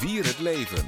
Vier het leven.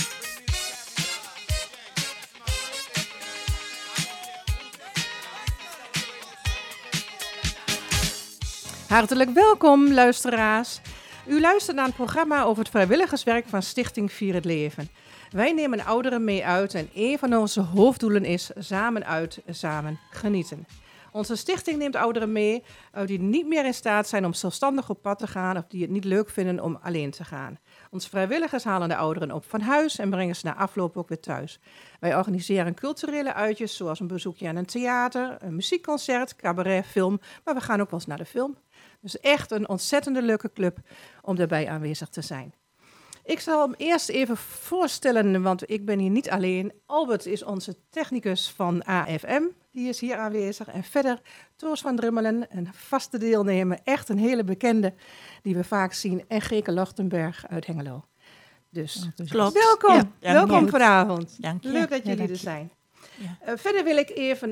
Hartelijk welkom, luisteraars. U luistert naar een programma over het vrijwilligerswerk van Stichting Vier het Leven. Wij nemen ouderen mee uit en een van onze hoofddoelen is samen uit, samen genieten. Onze stichting neemt ouderen mee die niet meer in staat zijn om zelfstandig op pad te gaan of die het niet leuk vinden om alleen te gaan. Onze vrijwilligers halen de ouderen op van huis en brengen ze na afloop ook weer thuis. Wij organiseren culturele uitjes zoals een bezoekje aan een theater, een muziekconcert, cabaret, film, maar we gaan ook wel eens naar de film. Dus echt een ontzettende leuke club om daarbij aanwezig te zijn. Ik zal hem eerst even voorstellen, want ik ben hier niet alleen. Albert is onze technicus van AFM, die is hier aanwezig. En verder Toos van Drimmelen, een vaste deelnemer, echt een hele bekende die we vaak zien. En Geke Lochtenberg uit Hengelo. Dus Klopt. welkom, Ja, welkom vanavond. Dank je. Leuk dat jullie dank er je. zijn. Ja. Verder wil ik even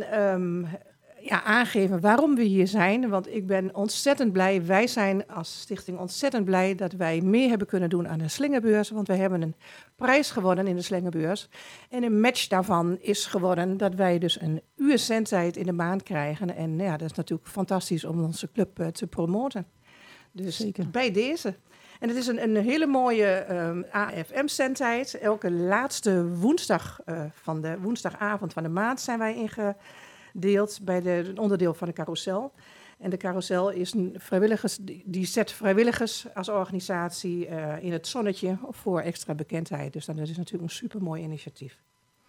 aangeven waarom we hier zijn. Want ik ben ontzettend blij. Wij zijn als stichting ontzettend blij dat wij mee hebben kunnen doen aan de Slingerbeurs. Want wij hebben een prijs gewonnen in de Slingerbeurs. En een match daarvan is geworden dat wij dus een uur zendtijd in de maand krijgen. En ja, dat is natuurlijk fantastisch om onze club te promoten. Dus Zeker. bij deze. En het is een hele mooie AFM-zendtijd. Elke laatste woensdag van de woensdagavond van de maand zijn wij ingedeeld bij een onderdeel van de carousel. En de carousel is een vrijwilligers, die zet vrijwilligers als organisatie in het zonnetje voor extra bekendheid. Dus dat is natuurlijk een supermooi initiatief.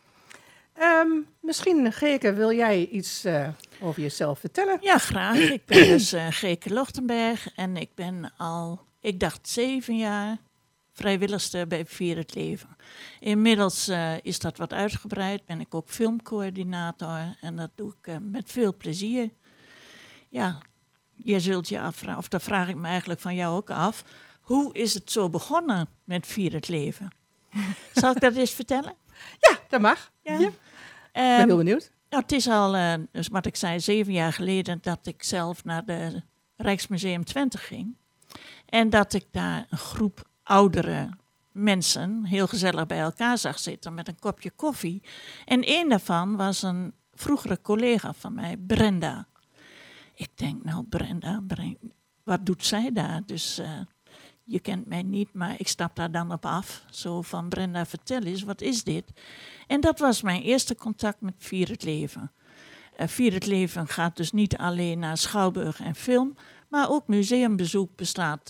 Misschien, Geke, wil jij iets over jezelf vertellen? Ja, graag. Ik ben dus Geke Lochtenberg en ik ben al, 7 jaar vrijwilligster bij Vier het Leven. Inmiddels is dat wat uitgebreid, ben ik ook filmcoördinator en dat doe ik met veel plezier. Ja, je zult je afvragen, of dat vraag ik me eigenlijk van jou ook af, hoe is het zo begonnen met Vier het Leven? Zal ik dat eens vertellen? Ja, dat mag. Ja. Ik ben heel benieuwd. Nou, het is al, dus wat ik zei, 7 jaar geleden dat ik zelf naar de Rijksmuseum Twente ging. En dat ik daar een groep oudere mensen heel gezellig bij elkaar zag zitten met een kopje koffie. En één daarvan was een vroegere collega van mij, Brenda. Ik denk, nou Brenda, wat doet zij daar? Dus je kent mij niet, maar ik stap daar dan op af. Zo van, Brenda, vertel eens, wat is dit? En dat was mijn eerste contact met Vier het Leven. Vier het Leven gaat dus niet alleen naar schouwburg en film, maar ook museumbezoek bestaat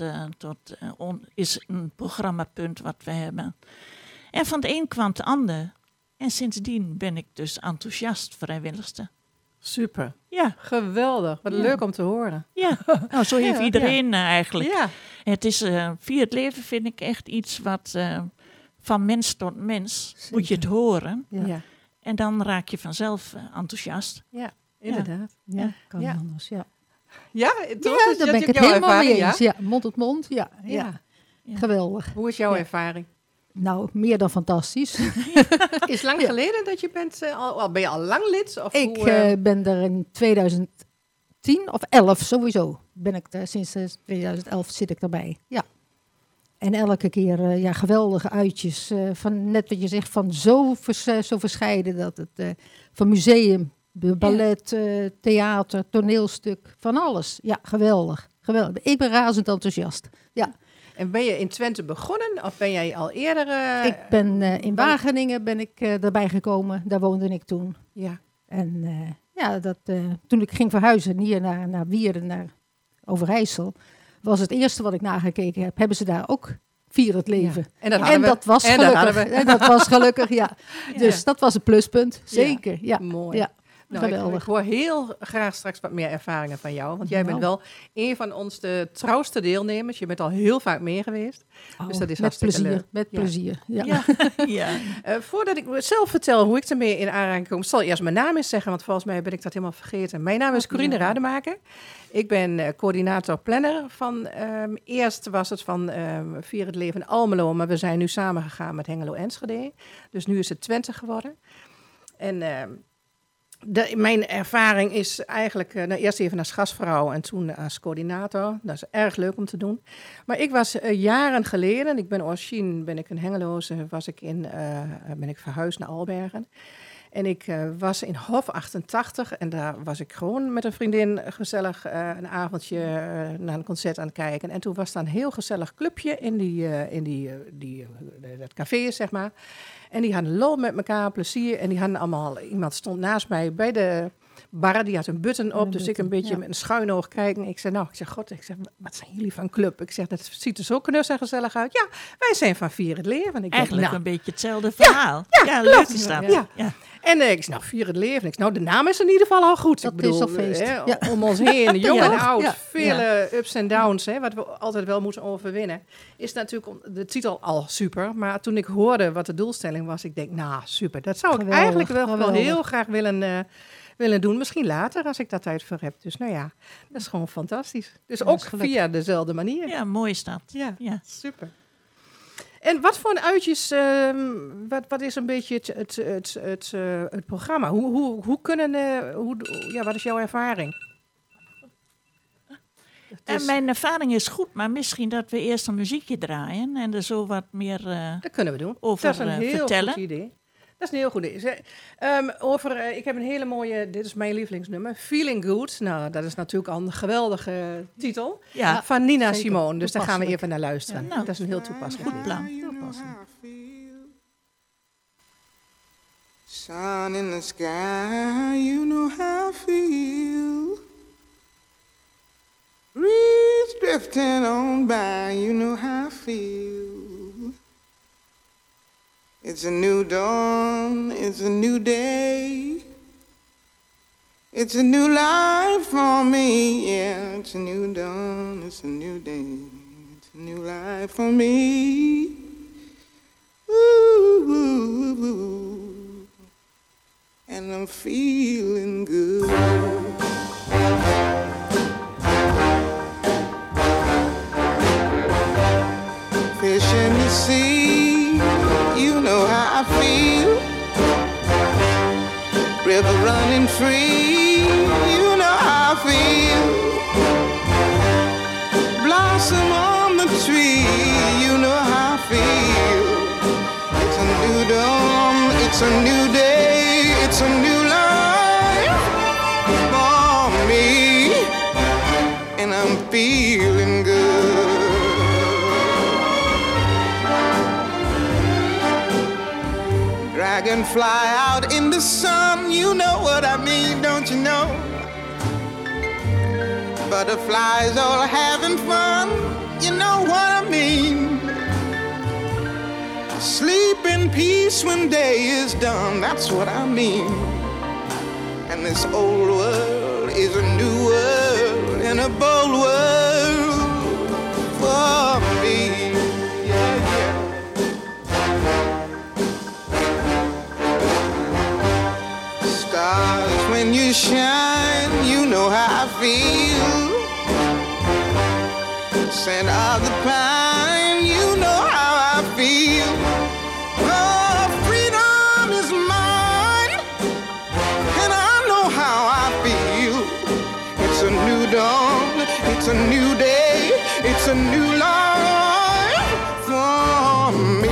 is een programmapunt wat we hebben. En van het een kwam het ander. En sindsdien ben ik dus enthousiast vrijwilligster. Super. Ja, Geweldig. Wat Ja. leuk om te horen. ja. Nou, zo heeft Ja, iedereen eigenlijk. Ja. Het is, Vier het Leven vind ik echt iets wat van mens tot mens moet je het horen. Ja. Ja. En dan raak je vanzelf enthousiast. Inderdaad. Ja, kan Ja. niet anders. Ja, Ja, toch? ja Is daar dat ben ik het jouw helemaal mee ervaring, eens. Ja, mond tot mond. Ja, ja. Ja. Ja. Geweldig. Hoe is jouw Ja. ervaring? Nou, meer dan fantastisch. Is het lang geleden dat je bent, ben je al lang lid? Of Ik hoe, ben er in 2010 of 11 sowieso. Ben ik er, sinds 2011 zit ik erbij. Ja. En elke keer geweldige uitjes. Van net wat je zegt, van zo verscheiden. Dat het van museum, ballet, theater, toneelstuk, van alles. Ja, geweldig. Geweldig. Ik ben razend enthousiast. Ja. En ben je in Twente begonnen of ben jij al eerder? Ik ben in Wageningen erbij gekomen. Daar woonde ik toen. Ja. En toen ik ging verhuizen hier naar Wierden, naar Overijssel, was het eerste wat ik nagekeken heb. Hebben ze daar ook Vier het Leven? Ja. En dat En hadden we. dat was En dat gelukkig. hadden we. En dat was gelukkig, ja. Dus Ja. dat was een pluspunt. Zeker, ja. Mooi. Ja. Nou, ik Geweldig. hoor heel graag straks wat meer ervaringen van jou. Want jij bent Nou. wel een van onze trouwste deelnemers. Je bent al heel vaak mee geweest. Dus dat is met hartstikke plezier, leuk. met Ja. plezier. Ja. Ja, ja. Voordat ik zelf vertel hoe ik ermee in aanraking kom, zal ik eerst mijn naam eens zeggen, want volgens mij ben ik dat helemaal vergeten. Mijn naam is Corine Rademaker. Ik ben coördinator-planner van, eerst was het van Vier het Leven Almelo, maar we zijn nu samengegaan met Hengelo Enschede. Dus nu is het Twente geworden. En Mijn ervaring is eigenlijk eerst even als gastvrouw en toen als coördinator. Dat is erg leuk om te doen. Maar ik was jaren geleden, ik ben origine, ben ik in Hengeloze, ben ik verhuisd naar Albergen. En ik was in Hof 88 en daar was ik gewoon met een vriendin gezellig een avondje naar een concert aan het kijken. En toen was daar een heel gezellig clubje in dat café, zeg maar. En die hadden lol met elkaar, plezier. En die hadden allemaal, iemand stond naast mij bij de bar, die had een button op. Dus ik een beetje met een schuin oog kijken. Ik zei, wat zijn jullie van club? Ik zeg, dat ziet er zo knus en gezellig uit. Ja, wij zijn van Vier het Leven. Ik eigenlijk een beetje hetzelfde verhaal. Ja, leuk is dat. Ja. En ik zei, Vier het Leven. De naam is in ieder geval al goed. Dat is al feest. Om ons heen, jong en oud, vele ups en downs, wat we altijd wel moeten overwinnen, is natuurlijk de titel al super. Maar toen ik hoorde wat de doelstelling was, ik denk, super. Dat zou ik eigenlijk wel heel graag willen doen. Misschien later, als ik daar tijd voor heb. Dus dat is gewoon fantastisch. Dus ook via dezelfde manier. Ja, mooi is dat. Ja, super. En wat voor uitjes, wat is een beetje het programma? Wat is jouw ervaring? En mijn ervaring is goed, maar misschien dat we eerst een muziekje draaien en er zo wat meer dat kunnen we doen. Over dat is een heel vertellen. goed idee. Dat is een heel goed idee. Ik heb een hele mooie, dit is mijn lievelingsnummer, Feeling Good. Nou, dat is natuurlijk al een geweldige titel. Ja, van Nina Simone. Dus daar gaan we even naar luisteren. Ja, dat is een heel toepasselijk goed plan. Sun in the sky, you know how I feel. Breeze drifting on by, you know how I feel. It's a new dawn, it's a new day. It's a new life for me, yeah. It's a new dawn, it's a new day. It's a new life for me. Ooh, ooh, ooh. And I'm feeling good. Fish in the sea, you know how I feel. River running free, you know how I feel. Blossom on the tree, you know how I feel. It's a new dawn, it's a new day, it's a new life for me, and I'm feeling good. Dragonfly out in the sun, you know what I mean, don't you know? Butterflies all having fun, you know what I mean. Sleep in peace when day is done, that's what I mean. And this old world is a new world and a bold world for me. Yeah, yeah. Stars, when you shine, you know how I feel. Scent of the pine, you know how I feel. Oh, freedom is mine, and I know how I feel. It's a new dawn, it's a new day, it's a new life for me.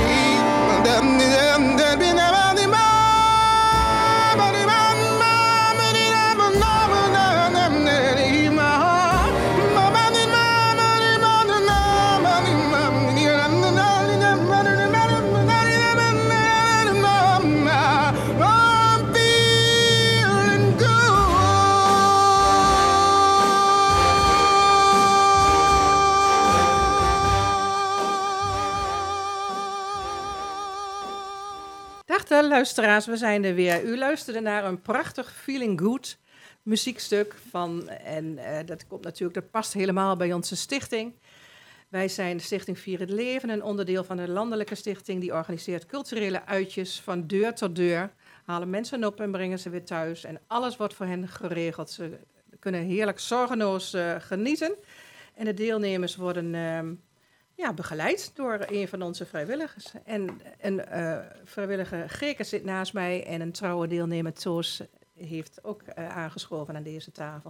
Luisteraars, we zijn er weer. U luisterde naar een prachtig Feeling Good muziekstuk van, en dat past helemaal bij onze stichting. Wij zijn de Stichting Vier het Leven, een onderdeel van de landelijke stichting die organiseert culturele uitjes van deur tot deur. Halen mensen op en brengen ze weer thuis en alles wordt voor hen geregeld. Ze kunnen heerlijk zorgeloos genieten en de deelnemers worden begeleid door een van onze vrijwilligers. En een vrijwillige Gerke zit naast mij en een trouwe deelnemer Toos heeft ook aangeschoven aan deze tafel.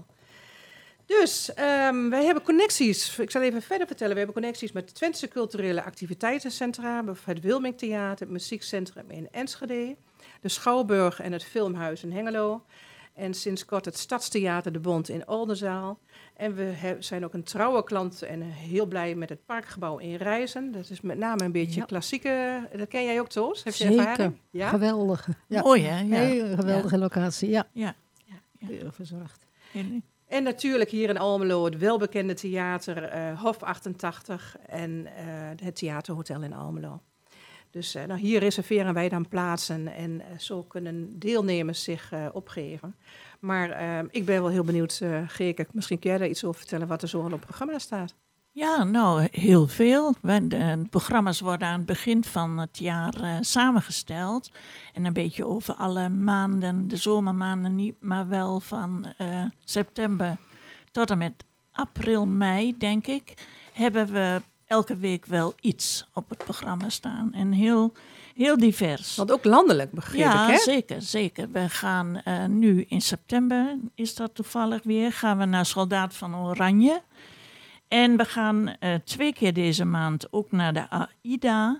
Dus wij hebben connecties. Ik zal even verder vertellen. We hebben connecties met het Twentse Culturele Activiteitencentra, het Wilmingtheater, het Muziekcentrum in Enschede, de Schouwburg en het Filmhuis in Hengelo. En sinds kort het Stadstheater De Bond in Oldenzaal. En we zijn ook een trouwe klant en heel blij met het Parkgebouw in Rijzen. Dat is met name een beetje klassieke. Dat ken jij ook, Toos? Heb je ervaring? Ja? Geweldig. Ja. Mooi, hè? Ja. Hele geweldige locatie, ja. Ja. Heel verzorgd. En natuurlijk hier in Almelo het welbekende theater Hof 88 en het Theaterhotel in Almelo. Dus hier reserveren wij dan plaatsen en zo kunnen deelnemers zich opgeven. Maar ik ben wel heel benieuwd, Geerke, misschien kun jij daar iets over vertellen wat er zo op het programma staat. Ja, nou, heel veel. De programma's worden aan het begin van het jaar samengesteld. En een beetje over alle maanden, de zomermaanden niet, maar wel van september tot en met april, mei, denk ik, hebben we elke week wel iets op het programma staan. En heel divers. Want ook landelijk, begreep ik, hè? Ja, zeker, zeker. We gaan nu in september, is dat toevallig weer, gaan we naar Soldaat van Oranje. En we gaan 2 keer deze maand ook naar de AIDA.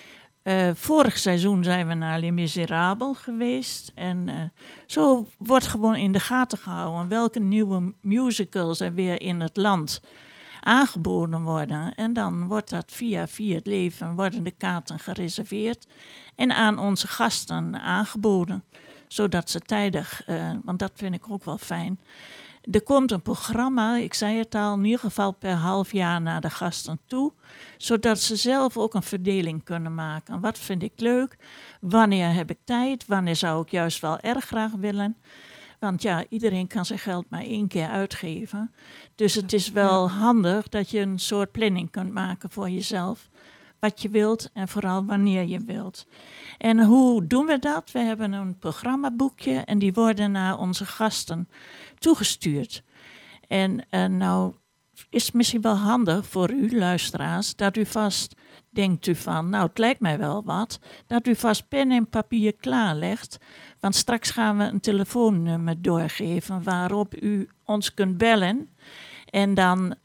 Vorig seizoen zijn we naar Les Miserables geweest. En zo wordt gewoon in de gaten gehouden welke nieuwe musicals er weer in het land aangeboden worden. En dan wordt dat via het leven, worden de kaarten gereserveerd en aan onze gasten aangeboden. Zodat ze tijdig, want dat vind ik ook wel fijn. Er komt een programma, ik zei het al, in ieder geval per half jaar naar de gasten toe. Zodat ze zelf ook een verdeling kunnen maken. Wat vind ik leuk? Wanneer heb ik tijd? Wanneer zou ik juist wel erg graag willen? Want ja, iedereen kan zijn geld maar 1 keer uitgeven. Dus het is wel handig dat je een soort planning kunt maken voor jezelf. Wat je wilt en vooral wanneer je wilt. En hoe doen we dat? We hebben een programmaboekje en die worden naar onze gasten toegestuurd. En nou is het misschien wel handig voor u luisteraars dat u vast denkt u van, nou het lijkt mij wel wat, dat u vast pen en papier klaarlegt. Want straks gaan we een telefoonnummer doorgeven waarop u ons kunt bellen. En dan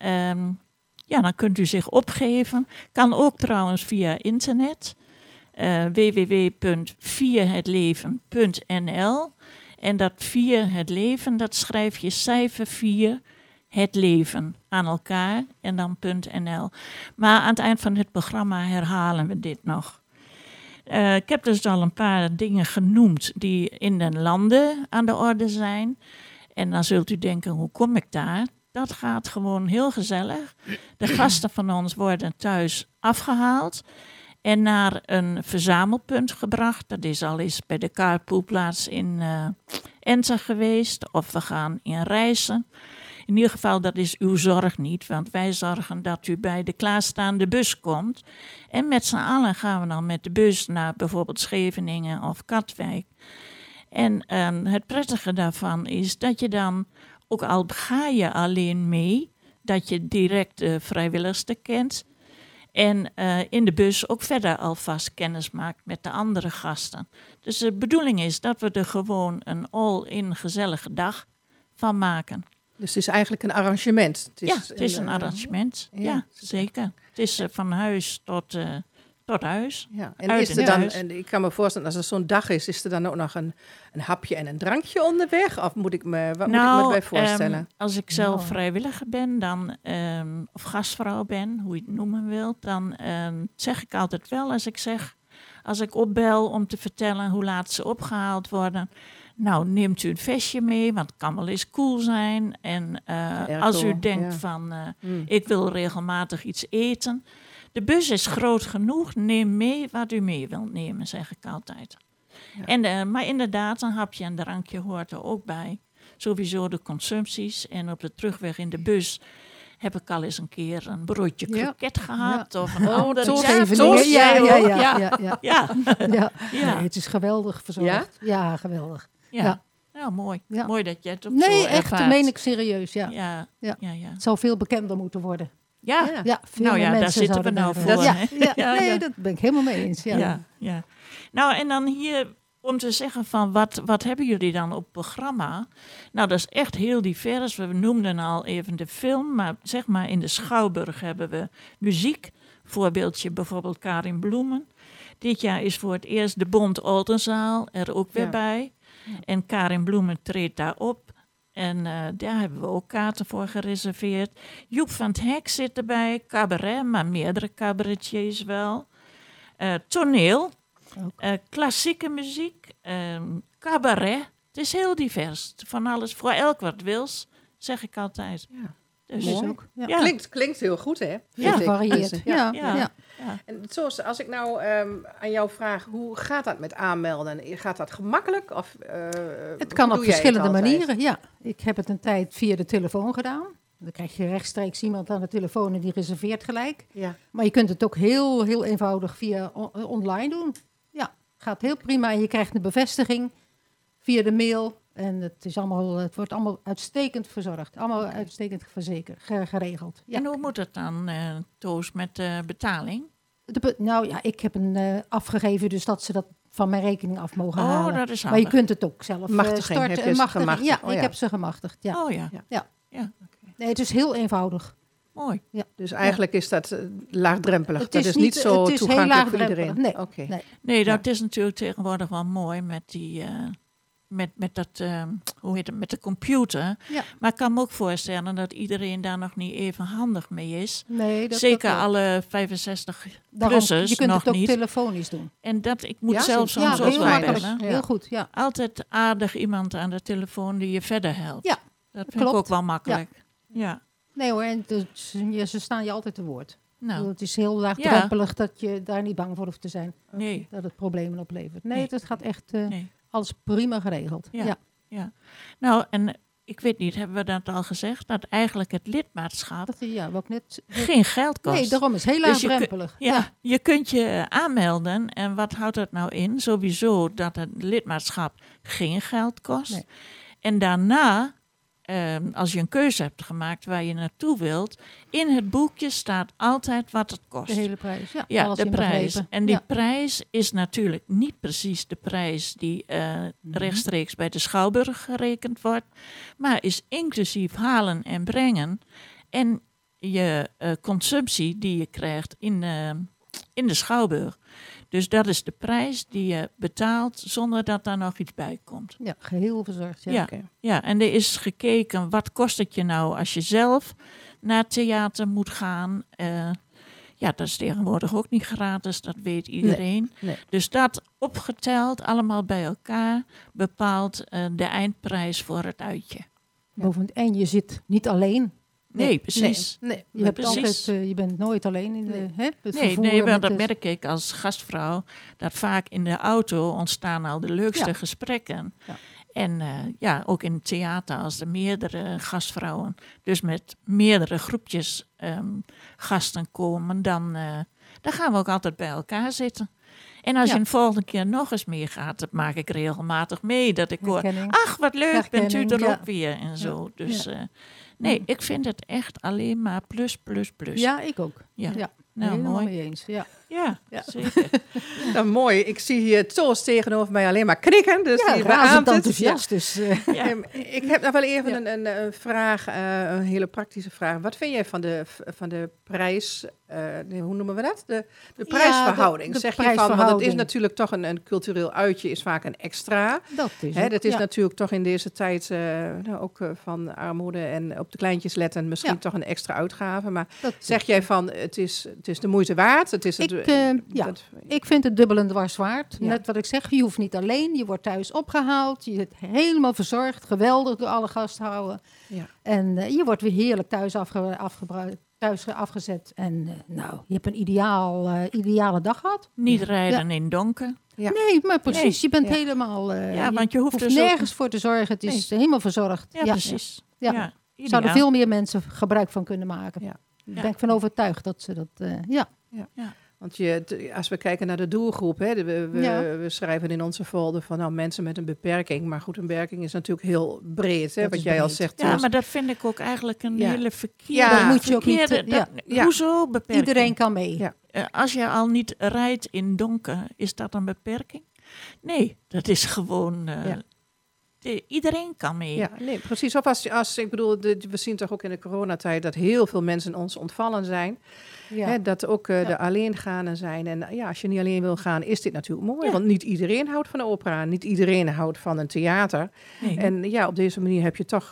dan kunt u zich opgeven. Kan ook trouwens via internet. www.vierhetleven.nl. En dat 4 het leven, dat schrijf je cijfer 4 het leven aan elkaar en dan .nl. Maar aan het eind van het programma herhalen we dit nog. Ik heb dus al een paar dingen genoemd die in de landen aan de orde zijn. En dan zult u denken, hoe kom ik daar? Dat gaat gewoon heel gezellig. De gasten van ons worden thuis afgehaald en naar een verzamelpunt gebracht. Dat is al eens bij de carpoolplaats in Ente geweest of we gaan in Rijssen. In ieder geval, dat is uw zorg niet, want wij zorgen dat u bij de klaarstaande bus komt. En met z'n allen gaan we dan met de bus naar bijvoorbeeld Scheveningen of Katwijk. En het prettige daarvan is dat je dan, ook al ga je alleen mee, dat je direct de vrijwilligers kent. En in de bus ook verder alvast kennis maakt met de andere gasten. Dus de bedoeling is dat we er gewoon een all-in gezellige dag van maken. Dus het is eigenlijk een arrangement. Het is een arrangement. Ja, zeker. Het is van huis tot huis. Ja. En is er dan, en ik kan me voorstellen, als er zo'n dag is er dan ook nog een hapje en een drankje onderweg? Of moet ik me bij voorstellen? Als ik zelf vrijwilliger ben, dan, of gastvrouw ben, hoe je het noemen wilt, dan zeg ik altijd wel, als ik opbel om te vertellen hoe laat ze opgehaald worden. Nou, neemt u een vestje mee, want het kan wel eens cool zijn. En als u denkt van, ik wil regelmatig iets eten. De bus is groot genoeg, neem mee wat u mee wilt nemen, zeg ik altijd. Ja. Maar inderdaad, een hapje en drankje hoort er ook bij. Sowieso de consumpties. En op de terugweg in de bus heb ik al eens een keer een broodje kroket gehad. Ja. Of een ander. Nee, het is geweldig verzorgd. Ja, geweldig. Ja. Nou, mooi. Ja. Mooi dat jij het ook zo ervaart. Nee, echt, dat meen ik serieus, Ja. Het zou veel bekender moeten worden. Ja, daar zitten we nou voor. Nee, dat ben ik helemaal mee eens. Ja. Nou, en dan hier om te zeggen van wat hebben jullie dan op programma? Nou, dat is echt heel divers. We noemden al even de film, maar zeg maar in de Schouwburg hebben we muziek. Voorbeeldje bijvoorbeeld Karin Bloemen. Dit jaar is voor het eerst de Bond Oldenzaal er ook weer bij. Ja. En Karin Bloemen treedt daar op. En daar hebben we ook kaarten voor gereserveerd. Joep van het Hek zit erbij. Cabaret, maar meerdere cabaretiers wel. Toneel. Klassieke muziek. Cabaret. Het is heel divers. Van alles, voor elk wat wils, zeg ik altijd. Ja. Dus ook. Ja. Ja. Klinkt heel goed, hè? Ja, Vind ik. varieert. Dus, Ja. Ja. En zoals, als ik nou aan jou vraag, hoe gaat dat met aanmelden? Gaat dat gemakkelijk? Of, Het kan hoe op doe jij verschillende het altijd? manieren. Ja, ik heb het een tijd via de telefoon gedaan. Dan krijg je rechtstreeks iemand aan de telefoon en die reserveert gelijk. Ja. Maar je kunt het ook heel eenvoudig via online doen. Ja, gaat heel prima. En je krijgt een bevestiging via de mail. En het wordt allemaal uitstekend verzorgd. Allemaal uitstekend geregeld. Ja. En hoe moet het dan, Toos, met de betaling? Nou ja, ik heb een afgegeven, dus dat ze dat van mijn rekening af mogen Oh, halen. dat is Maar je handig. kunt het ook zelf Machtiging, starten. heb je ze Machtiging. gemachtigd? Ja, Oh, ik ja. heb ze gemachtigd. Ja. Oh ja, Nee, het is heel eenvoudig. mooi. Dus eigenlijk is dat laagdrempelig. Het dat is niet zo het is heel toegankelijk voor laagdrempelig. iedereen. Nee, Oké. nee. Nee, dat is natuurlijk tegenwoordig wel mooi met die... Met dat, hoe heet het, met de computer. Ja. Maar ik kan me ook voorstellen dat iedereen daar nog niet even handig mee is. Nee, Zeker dat alle Daarom, 65-plussers je kunt nog het ook niet. telefonisch doen. En dat, ik moet Ja, zelf ja, soms ook heel wel makkelijk. bellen. Ja. Heel goed, ja. Altijd aardig iemand aan de telefoon die je verder helpt. Ja, dat vind klopt. ik ook wel makkelijk. Ja. Nee hoor, en ze staan je altijd te woord. Ik bedoel, Nou, het is heel laagdrempelig dat je daar niet bang voor hoeft te zijn. nee. Dat het problemen oplevert. Nee, Nee. het gaat echt Nee. alles prima geregeld. Ja. Ja. Ja. Nou, en ik weet niet, hebben we dat al gezegd? Dat eigenlijk het lidmaatschap Dat wou ik net... geen geld kost. Nee, daarom is het heel Dus je laagdrempelig. Ja, je kunt je aanmelden. En wat houdt het nou in? Sowieso dat het lidmaatschap geen geld kost. Nee. En daarna, als je een keuze hebt gemaakt waar je naartoe wilt, in het boekje staat altijd wat het kost. De hele prijs. Ja, Ja, alles de prijs. inbegrepen. En die Ja. prijs is natuurlijk niet precies de prijs die rechtstreeks bij de Schouwburg gerekend wordt, maar is inclusief halen en brengen en je consumptie die je krijgt in de Schouwburg. Dus dat is de prijs die je betaalt zonder dat daar nog iets bij komt. Ja, geheel verzorgd. Ja. Ja. Oké. Ja, en er is gekeken, wat kost het je nou als je zelf naar het theater moet gaan? Ja, dat is tegenwoordig ook niet gratis, dat weet iedereen. nee. Dus dat opgeteld, allemaal bij elkaar, bepaalt de eindprijs voor het uitje. En je zit niet alleen. Nee, precies. Nee. Je, hebt precies. altijd, je bent nooit alleen in het Nee, vervoer. nee, maar met dat de- merk ik als gastvrouw. Dat vaak in de auto ontstaan al de leukste Ja. gesprekken. Ja. En ja, ook in het theater als er meerdere gastvrouwen, dus met meerdere groepjes gasten komen, dan gaan we ook altijd bij elkaar zitten. En als Ja. je een volgende keer nog eens meegaat, dat maak ik regelmatig mee. Dat ik hoor, Herkenning. ach wat leuk, bent u Herkenning, er ja. ook weer en zo. Dus nee, ik vind het echt alleen maar plus, plus, plus. Ja, ik ook. Ja. Ja, Nou, helemaal mooi. mee eens. Ja. Ja, Ja. zeker. Nou, mooi. Ik zie hier Toos tegenover mij alleen maar knikken. Dus Ja, die razend beaamt het. enthousiast. Dus, Ja. Ik heb nog wel even Ja. een vraag, een hele praktische vraag. Wat vind jij van de prijs, nee, hoe noemen we dat? De prijsverhouding. de zeg je van, want het is prijsverhouding. natuurlijk toch een cultureel uitje, is vaak een extra. dat is Hè, het. dat is Ja. natuurlijk toch in deze tijd ook van armoede en op de kleintjes letten misschien Ja. toch een extra uitgave. Maar Dat- zeg jij van, het is de moeite waard? Het is het, ja. dat- Ik vind het dubbel en dwars waard. Ja. Net wat ik zeg, je hoeft niet alleen. Je wordt thuis opgehaald. Je zit helemaal verzorgd. Geweldig door alle gastvrouwen. Ja. En je wordt weer heerlijk thuis afgezet. En nou, je hebt een ideale dag gehad. Niet rijden in donker. Ja. Nee, maar precies. Nee. Je bent Ja. helemaal... Ja, want je hoeft dus nergens voor te zorgen. Het is helemaal verzorgd. Ja, precies. Ja. Ja, Zouden ideaal. veel meer mensen gebruik van kunnen maken. Ja. Ik ben van overtuigd dat ze dat... ja. Want als we kijken naar de doelgroep, hè, Ja. we schrijven in onze folder van nou, mensen met een beperking. Maar goed, een beperking is natuurlijk heel breed, hè, Dat wat is jij al breed. zegt. Ja, Toos. maar dat vind ik ook eigenlijk een Ja. hele verkeerde... Ja, dat moet je ook niet, verkeerde- ja. Ja. Hoezo beperking? Iedereen kan mee. Ja. Als je al niet rijdt in donker, is dat een beperking? Nee, dat is gewoon... iedereen kan mee. Ja, nee, precies. Of als ik bedoel, we zien toch ook in de coronatijd dat heel veel mensen ons ontvallen zijn. Ja. Hè, dat ook de alleengaanden zijn. En als je niet alleen wil gaan, is dit natuurlijk mooi. Ja. Want niet iedereen houdt van de opera. Niet iedereen houdt van een theater. Nee. En op deze manier heb je toch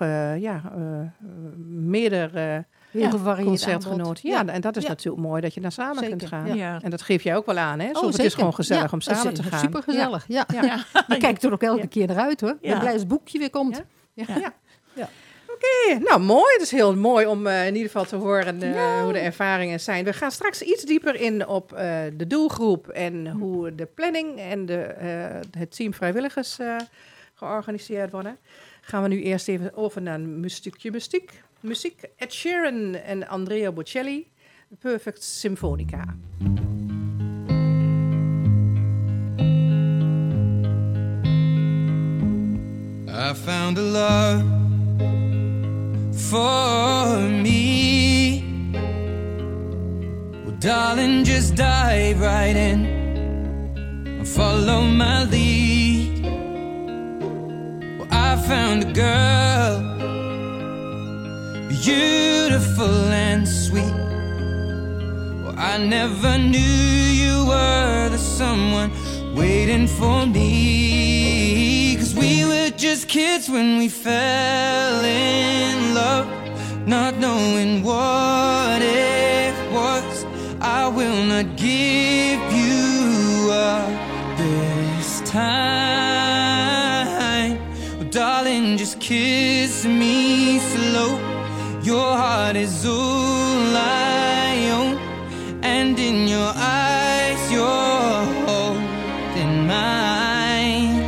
meerdere Heel gevarieerd concertgenoten. aanbod. Ja, en dat is natuurlijk mooi dat je daar samen Zeker, kunt gaan. ja. Ja. En dat geef jij ook wel aan, hè? Zo, het is zeker. gewoon gezellig om samen te gaan. Super gezellig, ja. Ja. Je kijkt er ook elke keer naar uit, hoor. Ik Ja. ben blij als het boekje weer komt. Ja. Ja. Ja. Oké, nou mooi. Het is heel mooi om in ieder geval te horen hoe de ervaringen zijn. We gaan straks iets dieper in op de doelgroep en hoe de planning en het team vrijwilligers georganiseerd worden. Gaan we nu eerst even over naar een stukje muziek. Ed Sheeran en Andrea Bocelli, Perfect Symphonica. I found a love for me. Well, darling, just dive right in and follow my lead. Well, I found a girl, beautiful and sweet. Well, I never knew you were the someone waiting for me. 'Cause we were just kids when we fell in love, not knowing what it was. I will not give you up this time. Oh, darling, just kiss me slow. Your heart is all I own, and in your eyes you're holding mine.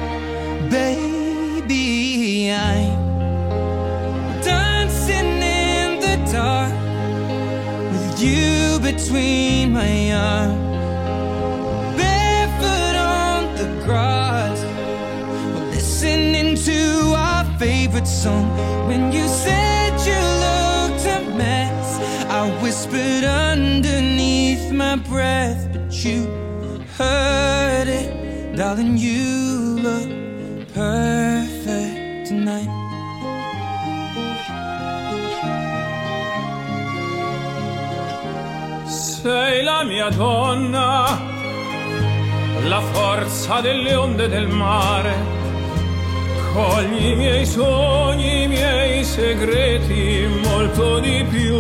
Baby, I'm dancing in the dark with you between my arms, barefoot on the grass, listening to our favorite song. When you said you looked a mess, I whispered underneath my breath, but you heard it. Darling, you look perfect tonight. Sei la mia donna, la forza delle onde del mare. Cogli i miei sogni, i miei segreti, molto di più.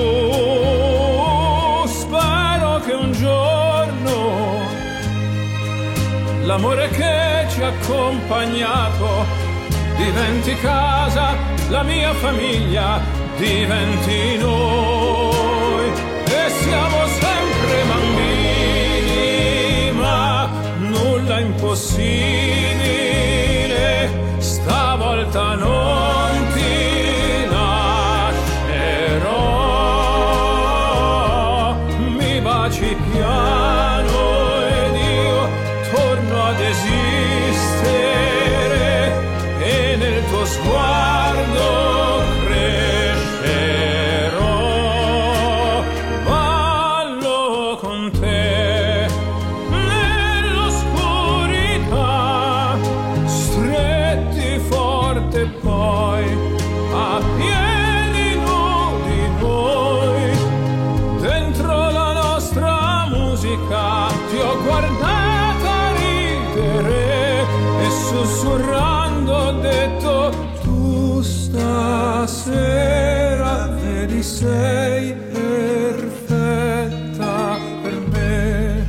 Spero che un giorno l'amore che ci ha accompagnato diventi casa, la mia famiglia diventi noi. E siamo sempre bambini, ma nulla impossibile. Stavolta non ti lascerò. Mi baci piano ed io torno ad esistere, e nel tuo sguardo crescerò. Ballo con te nell'oscurità, stretti forte poi a piedi nudi noi. Dentro la nostra musica ti ho guardata ridere e sussurrando ho detto: tu stasera vedi sei perfetta per me.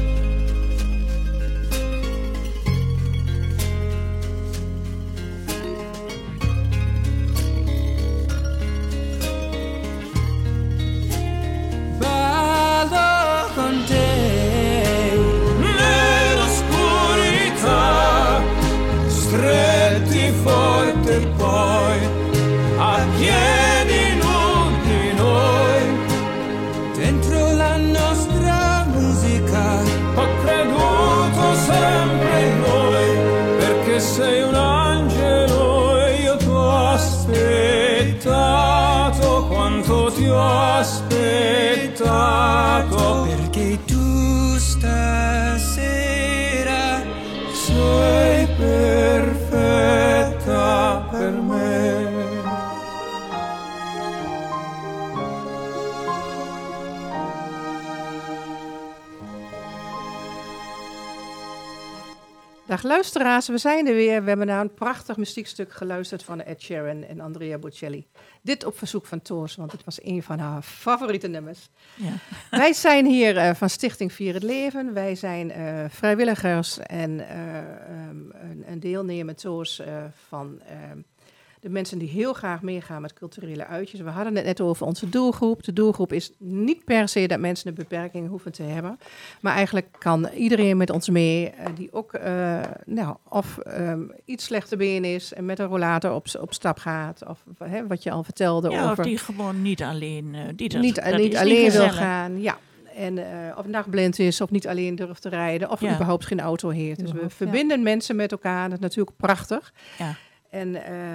Ballo con te Nell'oscurità, stretti forte poi a piedi nudi noi. dentro la nostra musica. Ho creduto sempre in noi, perché sei un angelo e io ti ho aspettato quanto ti ho aspettato. Perché tu stasera Dag luisteraars, we zijn er weer. We hebben naar een prachtig muziekstuk geluisterd van Ed Sheeran en Andrea Bocelli. Dit op verzoek van Toos, want het was een van haar favoriete nummers. Ja. Wij zijn hier van Stichting Vier het Leven. Wij zijn vrijwilligers en een deelnemer, Toos, van de mensen die heel graag meegaan met culturele uitjes. We hadden het net over onze doelgroep. De doelgroep is niet per se dat mensen een beperking hoeven te hebben. Maar eigenlijk kan iedereen met ons mee die ook of iets slechte been is en met een rollator op stap gaat. Of wat je al vertelde Ja, over... of die gewoon niet alleen... niet alleen wil gaan, ja. En of nachtblind is, of niet alleen durft te rijden, of überhaupt geen auto heeft. Dus we verbinden mensen met elkaar. Dat is natuurlijk prachtig. Ja. En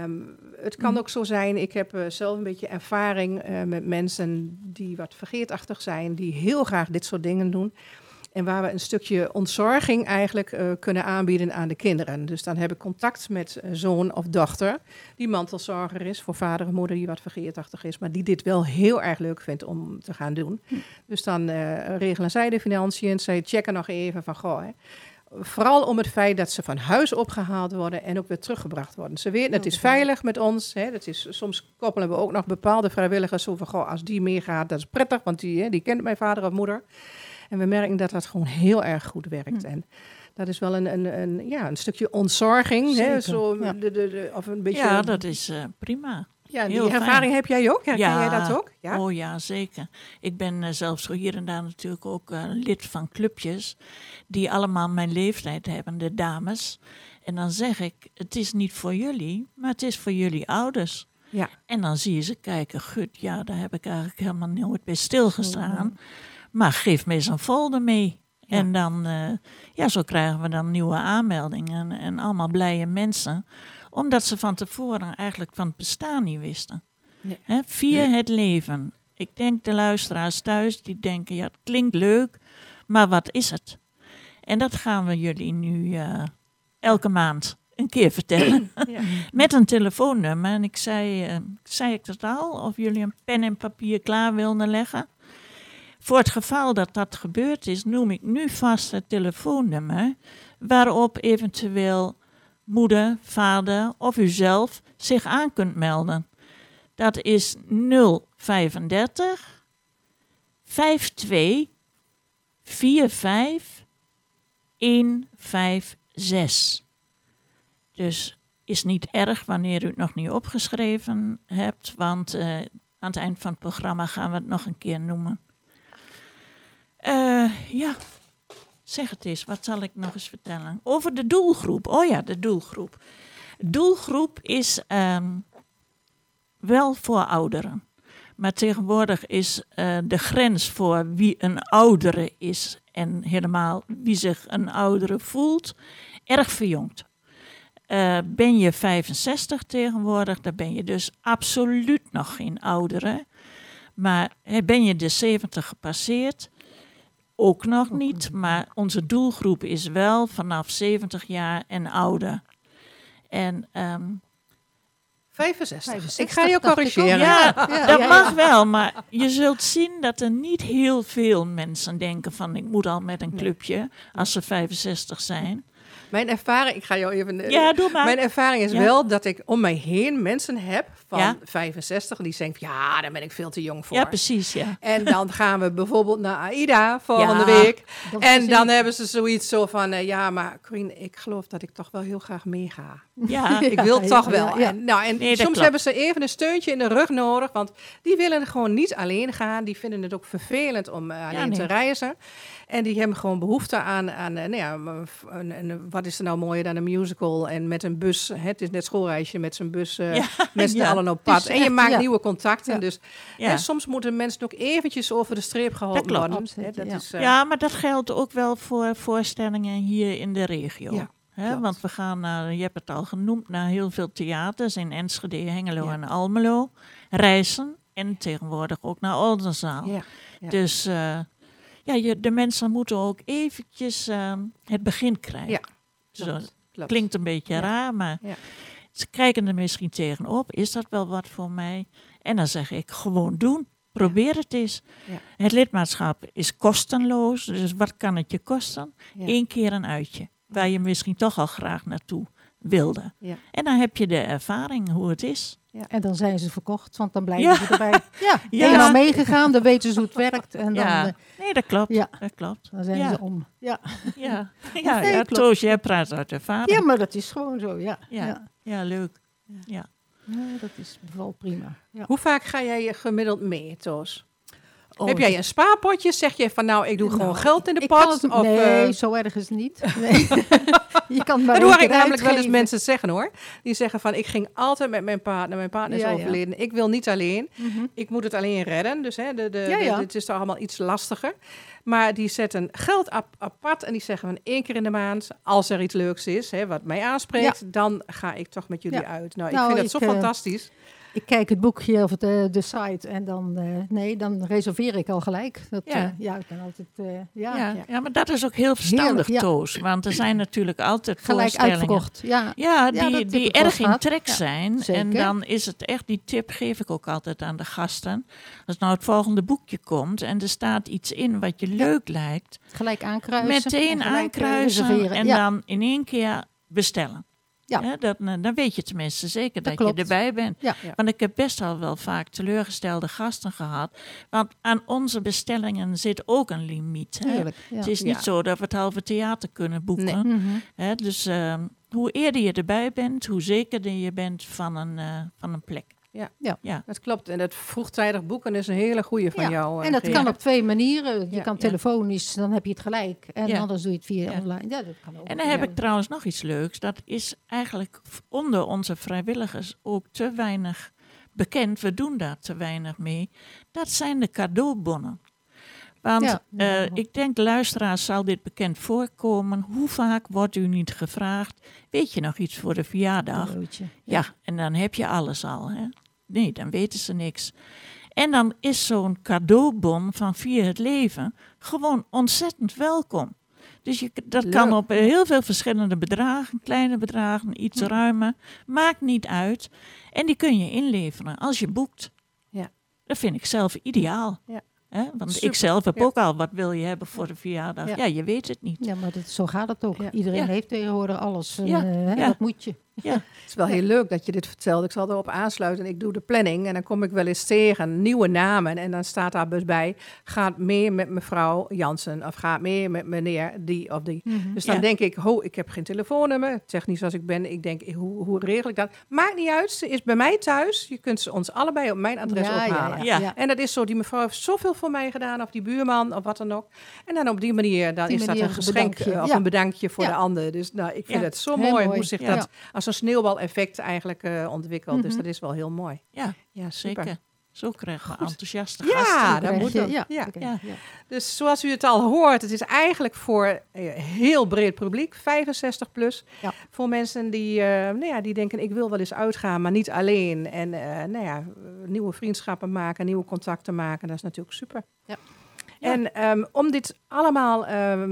het kan ook zo zijn, ik heb zelf een beetje ervaring met mensen die wat vergeetachtig zijn, die heel graag dit soort dingen doen. En waar we een stukje ontzorging eigenlijk kunnen aanbieden aan de kinderen. Dus dan heb ik contact met zoon of dochter die mantelzorger is voor vader of moeder die wat vergeetachtig is, maar die dit wel heel erg leuk vindt om te gaan doen. Dus dan regelen zij de financiën, zij checken nog even van goh, vooral om het feit dat ze van huis opgehaald worden en ook weer teruggebracht worden. Ze weten, het is veilig met ons. Dat is, soms koppelen we ook nog bepaalde vrijwilligers zo van, goh, als die meegaat, dat is prettig, want die kent mijn vader of moeder. En we merken dat dat gewoon heel erg goed werkt. En dat is wel een stukje ontzorging. Zo, of een beetje, ja, dat is prima. Ja, die ervaring heb jij ook? Herken jij dat ook? Ja? Oh ja, zeker. Ik ben zelfs zo hier en daar natuurlijk ook lid van clubjes die allemaal mijn leeftijd hebben, de dames. En dan zeg ik, het is niet voor jullie, maar het is voor jullie ouders. Ja. En dan zie je ze kijken, gut, ja, daar heb ik eigenlijk helemaal nooit bij stilgestaan. Maar geef me eens een folder mee. Ja. En dan, zo krijgen we dan nieuwe aanmeldingen en allemaal blije mensen. Omdat ze van tevoren eigenlijk van het bestaan niet wisten. Nee. Vier het leven. Ik denk de luisteraars thuis die denken, ja, het klinkt leuk, maar wat is het? En dat gaan we jullie nu elke maand een keer vertellen. Ja. Met een telefoonnummer. En ik zei ik dat al, of jullie een pen en papier klaar wilden leggen. Voor het geval dat dat gebeurd is, noem ik nu vast het telefoonnummer waarop eventueel moeder, vader of u zelf zich aan kunt melden. Dat is 035 52 45 156. Dus is niet erg wanneer u het nog niet opgeschreven hebt, want aan het eind van het programma gaan we het nog een keer noemen. Zeg het eens, wat zal ik nog eens vertellen? Over de doelgroep. Oh ja, de doelgroep. Doelgroep is wel voor ouderen. Maar tegenwoordig is de grens voor wie een oudere is en helemaal wie zich een oudere voelt, erg verjongd. Ben je 65 tegenwoordig, dan ben je dus absoluut nog geen oudere. Maar ben je de 70 gepasseerd, ook nog niet, maar onze doelgroep is wel vanaf 70 jaar en ouder. En 65. Ik ga je corrigeren. Dat mag wel, maar je zult zien dat er niet heel veel mensen denken van ik moet al met een clubje als ze 65 zijn. Mijn ervaring, ik ga jou even... doe maar. Mijn ervaring is wel dat ik om mij heen mensen heb van 65 die zeggen, ja, daar ben ik veel te jong voor. Ja, precies, ja. En dan gaan we bijvoorbeeld naar AIDA volgende week. En dan hebben ze zoiets zo van, maar Corine, ik geloof dat ik toch wel heel graag meega. Ja. Ik wil toch wel. Ja. En soms klopt. hebben ze even een steuntje in de rug nodig, want die willen gewoon niet alleen gaan. Die vinden het ook vervelend om alleen te reizen. En die hebben gewoon behoefte aan wat is er nou mooier dan een musical en met een bus. Het is net schoolreisje met zijn bus met z'n allen op pad. En je maakt nieuwe contacten. Ja. Dus soms moeten mensen ook eventjes over de streep geholpen worden. Absoluut, is, maar dat geldt ook wel voor voorstellingen hier in de regio. Ja, want we gaan naar, je hebt het al genoemd, naar heel veel theaters in Enschede, Hengelo en Almelo reizen. En tegenwoordig ook naar Oldenzaal. Ja. Ja. Dus de mensen moeten ook eventjes het begin krijgen. Ja, klopt. Klinkt een beetje raar, maar ze kijken er misschien tegenop. Is dat wel wat voor mij? En dan zeg ik, gewoon doen. Probeer het eens. Ja. Het lidmaatschap is kostenloos, dus wat kan het je kosten? 1 keer een uitje. waar je misschien toch al graag naartoe wilde. Ja. En dan heb je de ervaring hoe het is. En dan zijn ze verkocht, want dan blijven ze erbij. Ja, Ja. eenmaal meegegaan, dan weten ze hoe het werkt. En dan, Ja, nee, dat klopt. ja. Dat klopt. dan zijn Ja. ze om. Ja. Ja, Nee, ja, klopt. Toos, jij praat uit ervaring. Ja, maar dat is gewoon zo, ja. Ja. Ja. Ja, leuk. Ja. Nee, dat is wel prima. Ja. Hoe vaak ga jij gemiddeld mee, Toos? Oh, Heb jij een spaarpotje? Zeg je van nou, ik doe gewoon geld in de ik pot? kan het, of, nee, zo erg is het niet. Nee. Je kan maar dat hoor één ik keer namelijk wel eens uitgeven. mensen zeggen hoor. Die zeggen van ik ging altijd met mijn partner. Mijn partner is Ja, ja. overleden. Ik wil niet alleen. Mhm. Ik moet het alleen redden. Dus hè, Ja. het is toch allemaal iets lastiger. Maar die zetten geld apart en die zeggen van 1 keer in de maand, als er iets leuks is, hè, wat mij aanspreekt, dan ga ik toch met jullie Ja. uit. Nou, ik Nou, vind dat zo fantastisch. Ik kijk het boekje of de site en dan, dan reserveer ik al gelijk. Dat, Ja. ik ben altijd, Ja, maar dat is ook heel verstandig, Heerlijk, ja. Toos. Want er zijn natuurlijk altijd gelijk voorstellingen. uitverkocht. Ja. Ja, Ja, dat heb die ik wel erg in gehad. trek Ja, zijn. zeker. En dan is het echt, die tip geef ik ook altijd aan de gasten. Als nou het volgende boekje komt en er staat iets in wat je leuk lijkt, Gelijk aankruisen. meteen en gelijk, aankruisen reserveren. en Ja. dan in 1 keer bestellen. Ja. Ja, dan weet je tenminste zeker dat klopt. je erbij bent. Ja. Ja. Want ik heb best al wel vaak teleurgestelde gasten gehad. Want aan onze bestellingen zit ook een limiet. Hè? Tuurlijk, ja. Het is niet Ja. zo dat we het halve theater kunnen boeken. Nee. Mhm. Hè? Dus hoe eerder je erbij bent, hoe zekerder je bent van een plek. Dat klopt. En dat vroegtijdig boeken is een hele goede van Ja, jou. En dat Geert. kan op 2 manieren. Je Ja. kan Ja. telefonisch, dan heb je het gelijk. En Ja. anders doe je het via Ja. online. Ja, dat kan ook. En dan heb ik trouwens nog iets leuks. Dat is eigenlijk onder onze vrijwilligers ook te weinig bekend. We doen daar te weinig mee. Dat zijn de cadeaubonnen. Want Ja. ik denk, luisteraars, zal dit bekend voorkomen. Hoe vaak wordt u niet gevraagd? Weet je nog iets voor de verjaardag? Cadeautje. Ja, en dan heb je alles al. Hè? Nee, dan weten ze niks. En dan is zo'n cadeaubon van Vier het Leven gewoon ontzettend welkom. Dus dat Leuk. kan op heel veel verschillende bedragen, kleine bedragen, iets ruimer. Maakt niet uit. En die kun je inleveren als je boekt. Ja. Dat vind ik zelf ideaal. Ja. Hè? Want Super. ik zelf heb Ja. ook al, wat wil je hebben voor de verjaardag? Ja. Ja, je weet het niet. Ja, maar zo gaat het ook. Ja. Iedereen Ja. heeft tegenwoordig alles. En, Ja. Ja. Wat moet je? Ja. Het is wel heel leuk dat je dit vertelt. Ik zal erop aansluiten. Ik doe de planning en dan kom ik wel eens tegen nieuwe namen. En dan staat daar dus bij, gaat mee met mevrouw Jansen. Of gaat mee met meneer die of die. Dus dan Ja. denk ik, ik heb geen telefoonnummer. Technisch als ik ben. Ik denk, hoe regel ik dat? Maakt niet uit, ze is bij mij thuis. Je kunt ze ons allebei op mijn adres ophalen. Ja. En dat is zo, die mevrouw heeft zoveel voor mij gedaan. Of die buurman, of wat dan ook. En dan op die manier, dan Die is dat manier een geschenk bedankje. of Ja. een bedankje voor Ja. de ander. Dus nou, ik vind Ja. het zo Heel mooi mooi. hoe zich Ja. dat als een sneeuwbaleffect eigenlijk ontwikkelt. Dus dat is wel heel mooi. Ja, Ja, super. zeker. Zo krijgen we enthousiaste Ja, gasten. dat moet je. ook. Ja. Ja. Oké. Ja. Ja. Dus zoals u het al hoort, het is eigenlijk voor heel breed publiek, 65 plus. Ja. Voor mensen die, die denken, ik wil wel eens uitgaan, maar niet alleen. En nieuwe vriendschappen maken, nieuwe contacten maken, dat is natuurlijk super. Ja. En om dit allemaal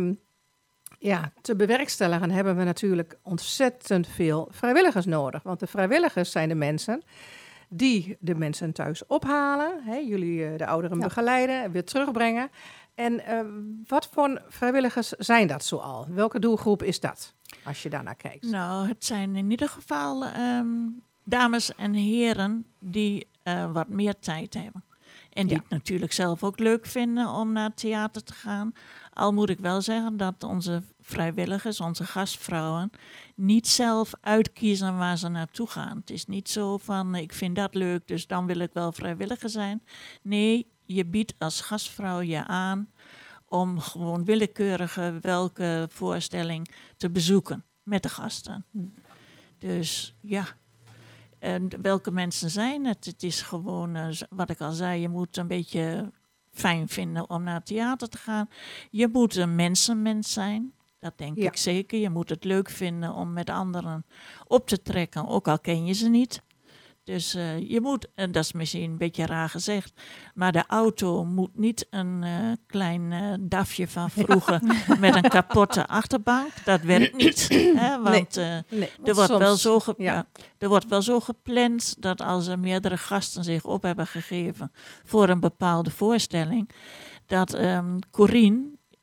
te bewerkstelligen, hebben we natuurlijk ontzettend veel vrijwilligers nodig. Want de vrijwilligers zijn de mensen die de mensen thuis ophalen, jullie de ouderen begeleiden en weer terugbrengen. En wat voor vrijwilligers zijn dat zoal? Welke doelgroep is dat, als je daarnaar kijkt? Nou, het zijn in ieder geval dames en heren die wat meer tijd hebben. En die het natuurlijk zelf ook leuk vinden om naar het theater te gaan. Al moet ik wel zeggen dat onze vrijwilligers, onze gastvrouwen, niet zelf uitkiezen waar ze naartoe gaan. Het is niet zo van, ik vind dat leuk, dus dan wil ik wel vrijwilliger zijn. Nee, je biedt als gastvrouw je aan om gewoon willekeurige welke voorstelling te bezoeken met de gasten. Dus ja, en welke mensen zijn het? Het is gewoon, wat ik al zei, je moet een beetje fijn vinden om naar het theater te gaan. Je moet een mensenmens zijn, dat denk ik zeker. Je moet het leuk vinden om met anderen op te trekken, ook al ken je ze niet. Dus je moet, en dat is misschien een beetje raar gezegd, maar de auto moet niet een klein DAFje van vroeger met een kapotte achterbank. Dat werkt niet. Hè, want er wordt wel zo gepland dat als er meerdere gasten zich op hebben gegeven voor een bepaalde voorstelling, dat Corine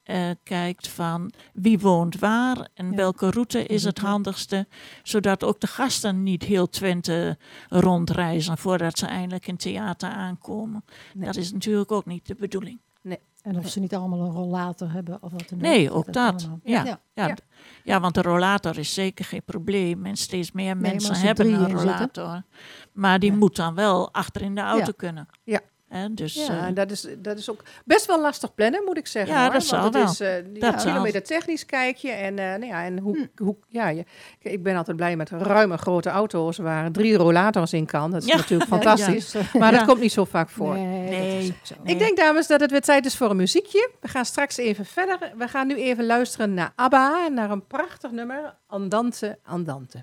kijkt van wie woont waar en welke route is het handigste, zodat ook de gasten niet heel Twente rondreizen voordat ze eindelijk in theater aankomen. Nee. Dat is natuurlijk ook niet de bedoeling. En of ze niet allemaal een rollator hebben of wat dan ook. Nee, ook dat. allemaal. Ja. Ja. Ja, want de rollator is zeker geen probleem. En steeds meer maar mensen als er hebben 3 een in rollator. Maar die moet dan wel achter in de auto kunnen. Ja. Dus, Ja, dat is ook best wel lastig plannen, moet ik zeggen. Ja, hoor. dat zal Want het wel. is Dat zal. kilometer technisch kijk je. En ik ben altijd blij met ruime grote auto's waar 3 rollators in kan. Dat is Ja. natuurlijk fantastisch. Ja. Maar dat Ja. komt niet zo vaak voor. Nee, dat is ook zo. Ik denk, dames, dat het weer tijd is voor een muziekje. We gaan straks even verder. We gaan nu even luisteren naar ABBA, naar een prachtig nummer, Andante, Andante.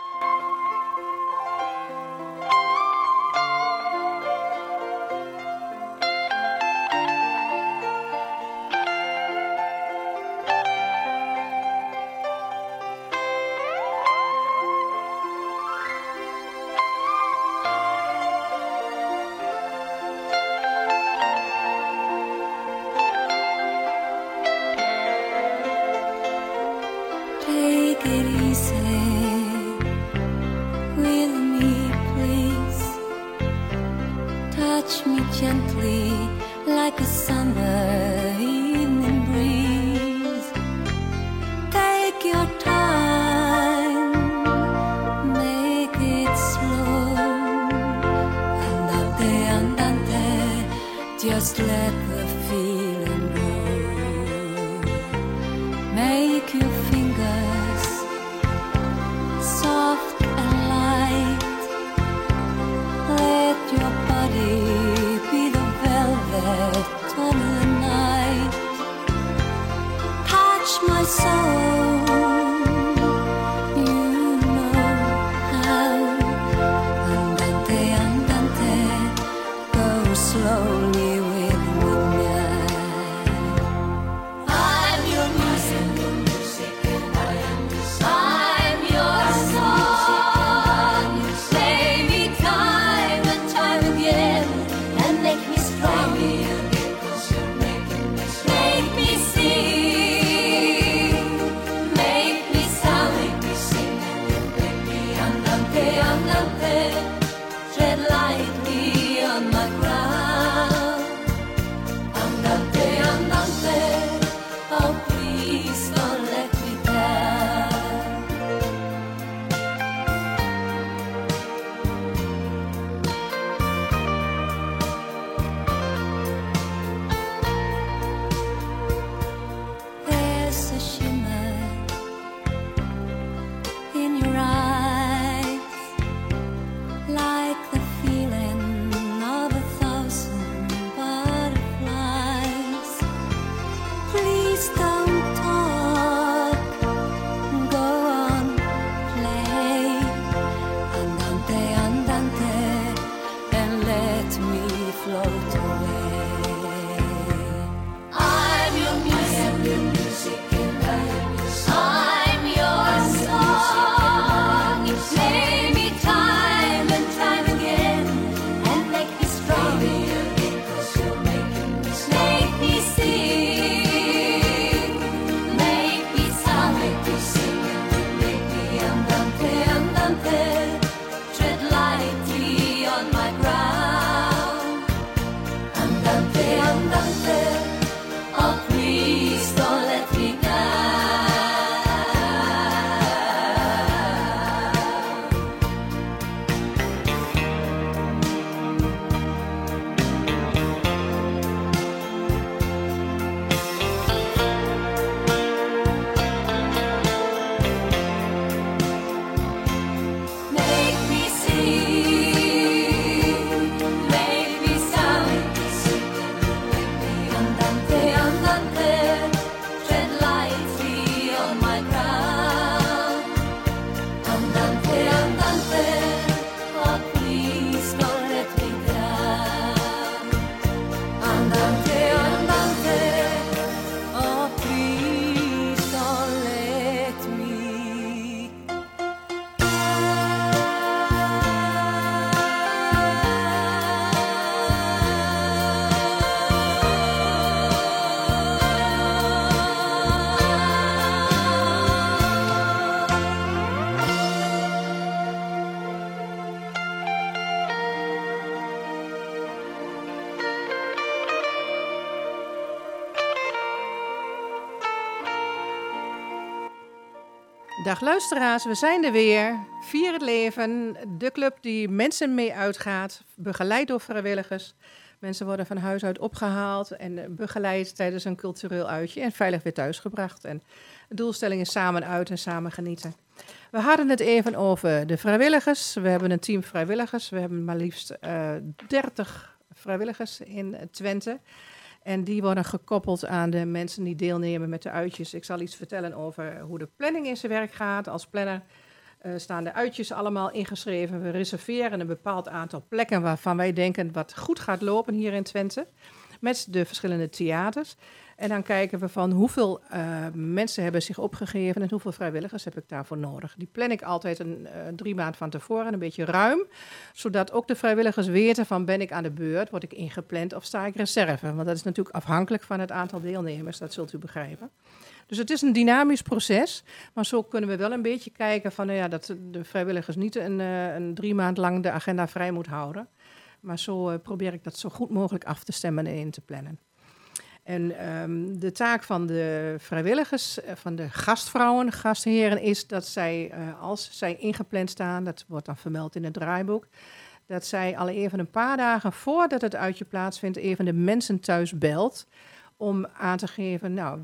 Take it easy with me, please. Touch me gently like a summer evening breeze. Take your time, make it slow. Andante, andante, just let the feeling go. Make your fingers soft and light. Let your body be the velvet of the night. Touch my soul, you know how. Andante, andante, go slowly with me now. I'm your music, I'm your song. Play me time and time again, and make me strong. Make me sing, make me sound. Andante, andante, tread lightly on my ground. Andante, andante, oh please don't let me down. There's a shimmer in your eyes, like the feeling of 1,000 butterflies. Please don't talk, go on, play. Andante, andante, and let me float away. I'm your music, I'm your song. You play me time and time again, and make me strong. Make me sing, make me sound. Andante, andante, tread lightly on my ground. Dag luisteraars, we zijn er weer. Vier het leven, de club die mensen mee uitgaat, begeleid door vrijwilligers. Mensen worden van huis uit opgehaald en begeleid tijdens een cultureel uitje en veilig weer thuisgebracht. En de doelstelling is samen uit en samen genieten. We hadden het even over de vrijwilligers. We hebben een team vrijwilligers. We hebben maar liefst 30 vrijwilligers in Twente. En die worden gekoppeld aan de mensen die deelnemen met de uitjes. Ik zal iets vertellen over hoe de planning in zijn werk gaat. Als planner staan de uitjes allemaal ingeschreven. We reserveren een bepaald aantal plekken waarvan wij denken wat goed gaat lopen hier in Twente. Met de verschillende theaters. En dan kijken we van hoeveel mensen hebben zich opgegeven en hoeveel vrijwilligers heb ik daarvoor nodig. Die plan ik altijd 3 maanden van tevoren, een beetje ruim. Zodat ook de vrijwilligers weten van ben ik aan de beurt, word ik ingepland of sta ik reserve. Want dat is natuurlijk afhankelijk van het aantal deelnemers, dat zult u begrijpen. Dus het is een dynamisch proces, maar zo kunnen we wel een beetje kijken van dat de vrijwilligers niet een 3 maand lang de agenda vrij moet houden. Maar zo probeer ik dat zo goed mogelijk af te stemmen en in te plannen. En de taak van de vrijwilligers, van de gastvrouwen, gastheren, is dat zij, als zij ingepland staan, dat wordt dan vermeld in het draaiboek, dat zij al even een paar dagen voordat het uitje plaatsvindt, even de mensen thuis belt. Om aan te geven,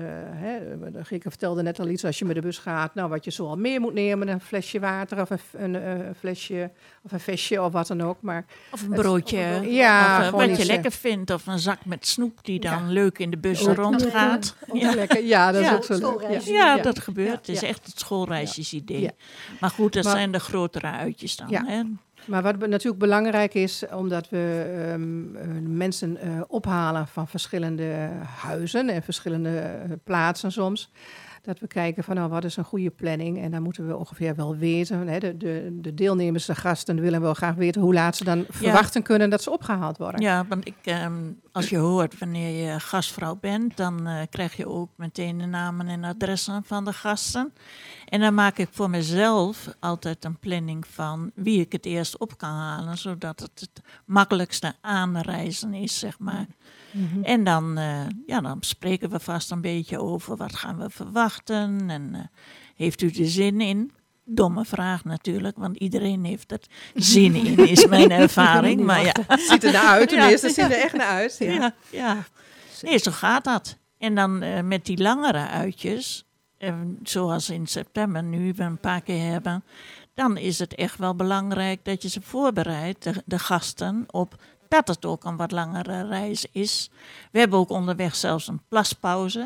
Grieke vertelde net al iets, als je met de bus gaat, wat je zo al meer moet nemen, een flesje water of een flesje of een vestje of wat dan ook. Maar of een broodje, of wat je lekker vindt, of een zak met snoep die dan leuk in de bus rondgaat. Lekker. Ja, dat is ook zo leuk. Ja, dat gebeurt. Het is echt het schoolreisjesidee. Ja. Maar goed, dat zijn de grotere uitjes dan. Ja. Hè? Maar wat natuurlijk belangrijk is, omdat we mensen ophalen van verschillende huizen en verschillende plaatsen soms, dat we kijken van wat is een goede planning en dan moeten we ongeveer wel weten. Hè, de deelnemers, de gasten willen wel graag weten hoe laat ze dan verwachten kunnen dat ze opgehaald worden. Ja, want als je hoort wanneer je gastvrouw bent, dan krijg je ook meteen de namen en adressen van de gasten. En dan maak ik voor mezelf altijd een planning van wie ik het eerst op kan halen, zodat het makkelijkste aanreizen is, zeg maar. Mm-hmm. En dan spreken we vast een beetje over wat gaan we verwachten en heeft u er zin in? Domme vraag natuurlijk, want iedereen heeft er zin in, is mijn ervaring. Maar ja. Het ziet er naar uit, tenminste, het ziet er echt naar uit. Ja. Nee, zo gaat dat. En dan met die langere uitjes, zoals in september nu we een paar keer hebben, dan is het echt wel belangrijk dat je ze voorbereidt, de gasten, op dat het ook een wat langere reis is. We hebben ook onderweg zelfs een plaspauze.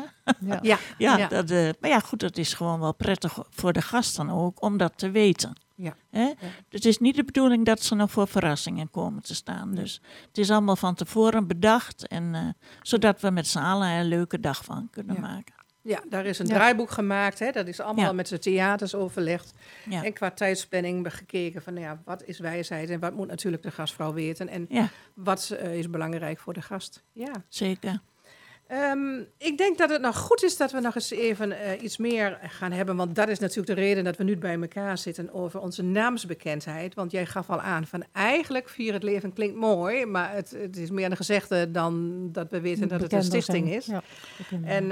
Maar ja, goed, dat is gewoon wel prettig voor de gasten ook, om dat te weten. Ja. Dus het is niet de bedoeling dat ze nog voor verrassingen komen te staan. Dus het is allemaal van tevoren bedacht, en zodat we met z'n allen een leuke dag van kunnen maken. Ja, daar is een draaiboek gemaakt. Hè? Dat is allemaal met de theaters overlegd. Ja. En qua tijdsplanning gekeken van wat is wijsheid en wat moet natuurlijk de gastvrouw weten. En wat is belangrijk voor de gast. Ja, zeker. Ik denk dat het nog goed is dat we nog eens even iets meer gaan hebben. Want dat is natuurlijk de reden dat we nu bij elkaar zitten over onze naamsbekendheid. Want jij gaf al aan van eigenlijk Vier het Leven klinkt mooi. Maar het is meer een gezegde dan dat we weten dat het een stichting is. Ja, en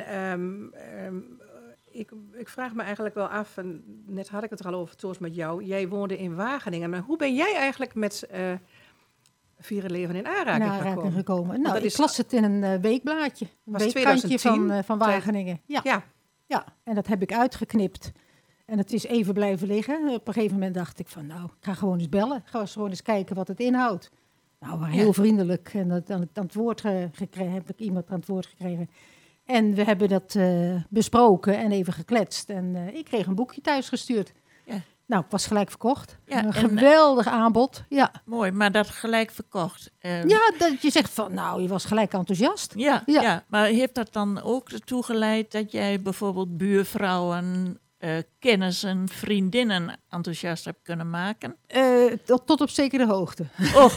ik vraag me eigenlijk wel af, en net had ik het er al over Toos met jou. Jij woonde in Wageningen. Maar hoe ben jij eigenlijk met Vier het Leven in aanraking gekomen? Nou, ik las het in een weekblaadje. Een weekkantje van Wageningen. Ja, en dat heb ik uitgeknipt. En het is even blijven liggen. Op een gegeven moment dacht ik van, ik ga gewoon eens bellen. Ik ga gewoon eens kijken wat het inhoudt. Nou, maar heel vriendelijk. En heb ik iemand aan het woord gekregen. En we hebben dat besproken en even gekletst. En ik kreeg een boekje thuis gestuurd. Ja. Nou, ik was gelijk verkocht. Ja, een geweldig aanbod. Ja. Mooi, maar dat gelijk verkocht. Dat je zegt van, je was gelijk enthousiast. Ja, maar heeft dat dan ook ertoe geleid dat jij bijvoorbeeld buurvrouwen, kennissen, vriendinnen enthousiast hebt kunnen maken? Tot op zekere hoogte. Oh.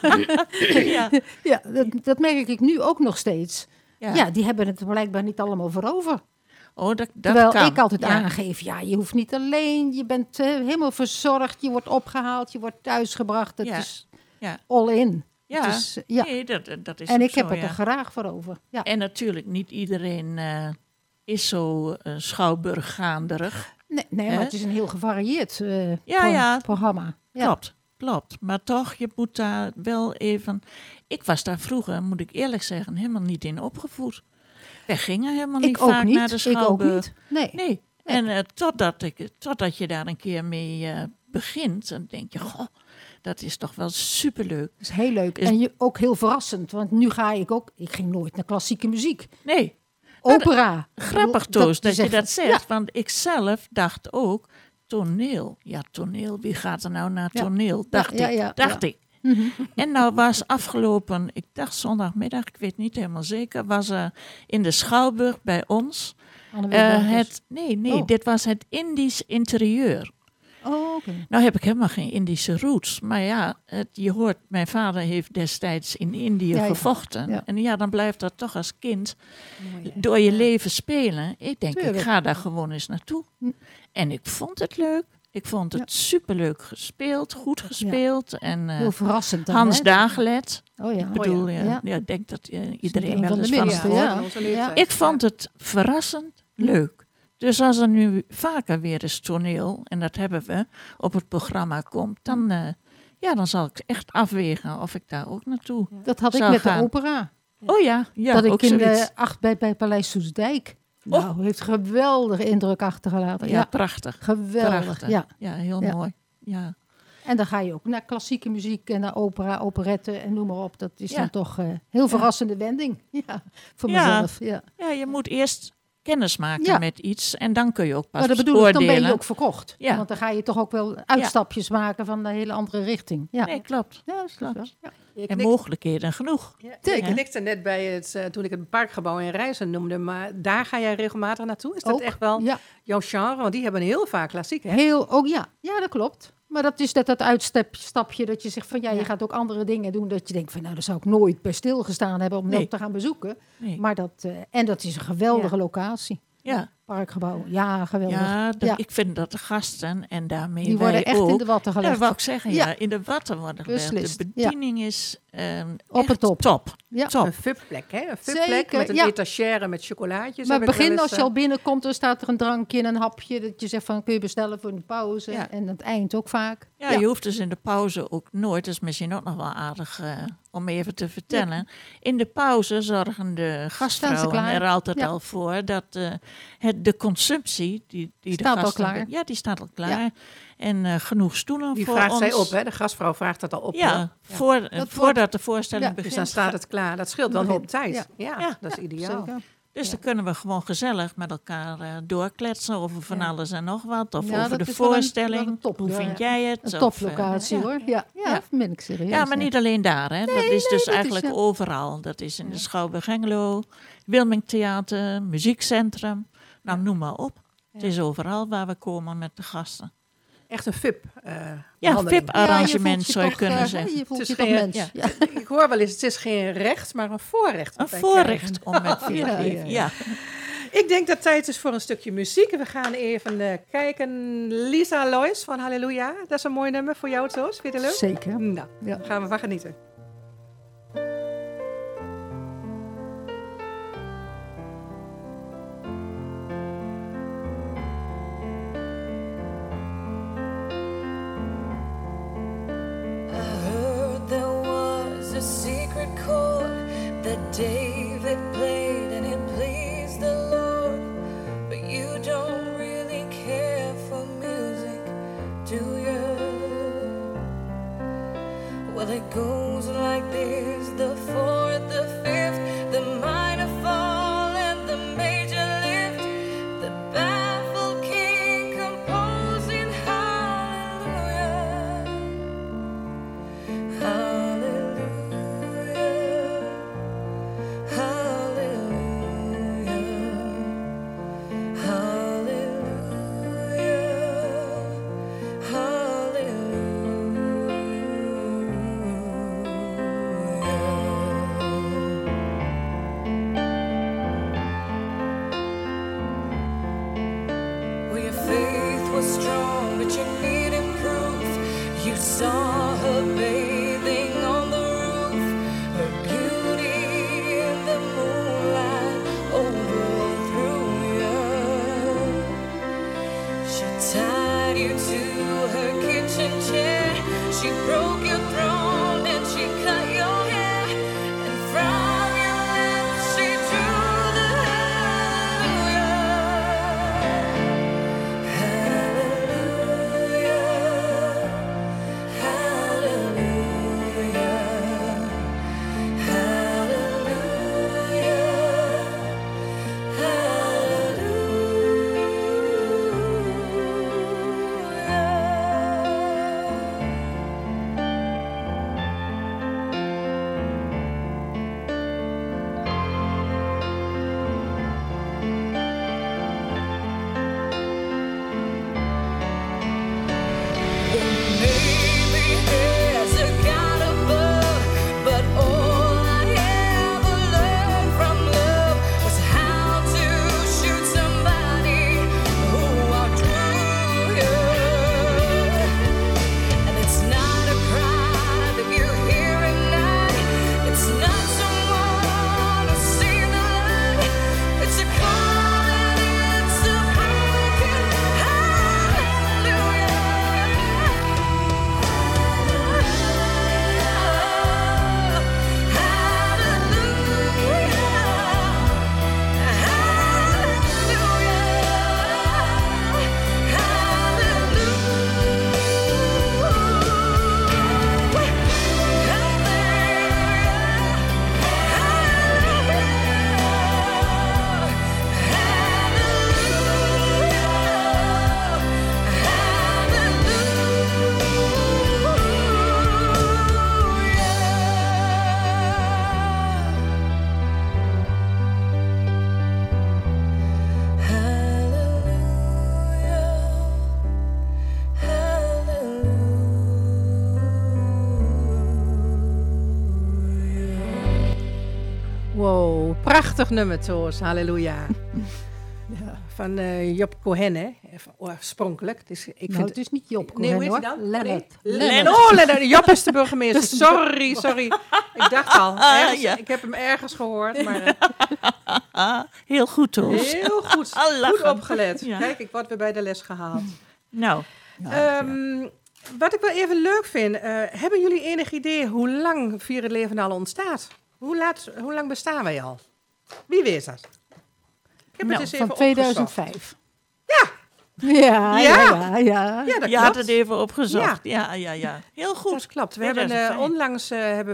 Dat merk ik nu ook nog steeds. Ja, die hebben het blijkbaar niet allemaal voor over. Oh, dat Terwijl kan. Ik altijd aangeef, je hoeft niet alleen, je bent helemaal verzorgd, je wordt opgehaald, je wordt thuisgebracht. Het is all in. Ja, dus, nee, dat is en ik zo, heb het er graag voor over. Ja. En natuurlijk, niet iedereen is zo schouwburggaanderig. Nee, maar het is een heel gevarieerd Ja. programma. Ja. Klopt. Maar toch, je moet daar wel even... Ik was daar vroeger, moet ik eerlijk zeggen, helemaal niet in opgevoed. Wij gingen helemaal niet Ik ook vaak niet. naar de Ik ook Schouwburg. niet. Nee. En totdat je daar een keer mee begint, dan denk je, goh, dat is toch wel superleuk. Dat is heel leuk. En ook heel verrassend. Want nu ga ik ook... Ik ging nooit naar klassieke muziek. Nee, Opera. grappig Toos dat je echt- dat zegt. Ja. Want ik zelf dacht ook, toneel. Ja, toneel, wie gaat er nou naar Ja. toneel? Dacht ik. En nou was afgelopen, ik dacht zondagmiddag, ik weet niet helemaal zeker, was er in de Schouwburg bij ons dit was het Indisch interieur. Oh, oké. Nou heb ik helemaal geen Indische roots, maar ja, je hoort, mijn vader heeft destijds in Indië Ja. gevochten. Ja. En ja, dan blijft dat toch als kind door je leven spelen. Ik denk, Tuurlijk. ik ga daar gewoon eens naartoe. En ik vond het leuk. Ik vond het superleuk gespeeld, goed gespeeld. En Heel verrassend dan, Hans hè? Dagelet. Oh ja. Ik bedoel, Ja. ik denk dat iedereen een wel van eens de van minste, hem ja. gehoord. Onze leeftijd. Ik vond het verrassend leuk. Dus als er nu vaker weer eens toneel, en dat hebben we, op het programma komt, dan zal ik echt afwegen of ik daar ook naartoe Dat had ik zou met gaan. de opera. Oh ja, dat ook ik in zoiets. bij Paleis Soesdijk. Nou, heeft geweldige indruk achtergelaten. Ja, Ja, prachtig. geweldig. Prachtig. Ja. Ja, heel Ja. mooi. Ja. En dan ga je ook naar klassieke muziek en naar opera, operetten en noem maar op. Dat is Ja. dan toch heel verrassende wending. Ja, voor Ja. mezelf. Ja. Ja, je moet eerst kennis maken Ja. met iets en dan kun je ook pas Maar dat bedoel ik, dan oordelen. ben je ook verkocht. Ja. Want dan ga je toch ook wel uitstapjes maken van een hele andere richting. Ja, Nee, klopt. ja, dat is klopt. wel. Ja. En mogelijkheden genoeg. Ja, ik knikte net bij het, toen ik het parkgebouw in Rijssen noemde, maar daar ga jij regelmatig naartoe? Is dat Ook, echt wel ja. jouw genre? Want die hebben heel vaak klassiek, hè? Ja, dat klopt. Maar dat is dat uitstapje dat je zegt van je gaat ook andere dingen doen. Dat je denkt van daar zou ik nooit bij stilgestaan hebben om dat te gaan bezoeken. Nee. Maar dat is een geweldige locatie. Ja. Parkgebouw, ja, geweldig. Ja, Ja. Ik vind dat de gasten en daarmee Die worden wij echt ook, in de watten gelegd. Ja, wou ik zeggen, Ja. in de watten worden gelegd. Beslist, De bediening is Op echt het top. top. Ja. Top. Een fupplek, hè? Een fupplek Zeker, met een ja. etagère met chocolaatjes. Maar heb ik wel begin eens, als je al binnenkomt, dan staat er een drankje en een hapje. Dat je zegt van kun je bestellen voor een pauze. Ja. En aan het eind ook vaak. Ja, je hoeft dus in de pauze ook nooit, dat is misschien ook nog wel aardig om even te vertellen. In de pauze zorgen de gastvrouwen klaar. er altijd Ja. al voor dat de consumptie die de Staat al gasten... klaar. Ja, die staat al klaar. Ja. En genoeg stoelen Die voor vraagt ons. zij op, hè? De gastvrouw vraagt dat al op. Ja, hoor. voordat de voorstelling Ja, begint. Dus dan staat het klaar. Dat scheelt wel een hoop tijd. Ja. Ja, dat is ideaal. Zeker. Dus dan kunnen we gewoon gezellig met elkaar doorkletsen over van alles en nog wat. Of Ja, over dat de is wel voorstelling. een top, Hoe ja, vind ja. jij het? Een Of, toplocatie hoor. Ja, Ja. ben ik serieus. ja, maar niet alleen daar. Hè. dat is dus dat is, eigenlijk ja. overal. Dat is in de Schouwburg Hengelo, Wilming Theater, Muziekcentrum. Nou, noem maar op. Het is overal waar we komen met de gasten. Echt een fup. Ja, behandeling. VIP-arrangement je zou je toch, kunnen zeggen. Je voelt Het je is toch geen- mens. ja. Ja. Ik hoor wel eens, het is geen recht, maar een voorrecht. Een wat wij voorrecht krijgen. om met VIP Ja, te ja, leven. ja. Ja. Ik denk dat het tijd is voor een stukje muziek. We gaan even kijken. Lisa Lois van Halleluja. Dat is een mooi nummer voor jou, Toos. Vind je het leuk? Zeker. Nou, Ja. gaan we van genieten. I heard there was a secret chord that David played and it pleased the Lord. But you don't really care for music, do you? Well, it goes like this: the fourth, the fifth, the minor fall, and the major lift. The baffled king composing hallelujah. Hallelujah, hallelujah. Wow, prachtig nummer, Toos. Halleluja. Ja, van Job Cohen, hè? Oorspronkelijk. Dus ik vind het is niet Job Nee, Cohen, hoe heet hoor. hij dan? Leonard. Leonard. Oh, Leonard. Job is de burgemeester. Sorry. Ik dacht al. Ergens, ja. Ik heb hem ergens gehoord, maar Heel goed, Toos. heel goed. lachen. Goed opgelet. Ja. Kijk, ik word weer bij de les gehaald. Nou, Wat ik wel even leuk vind, hebben jullie enig idee hoe lang Vier het Leven al ontstaat? Hoe lang bestaan wij al? Wie weet dat? Ik heb Nou, het eens even Van opgezocht. 2005. Ja. Ja. Ja, dat je had klopt. het even opgezocht. Ja. Heel goed. Dat klopt. We hebben 2005. onlangs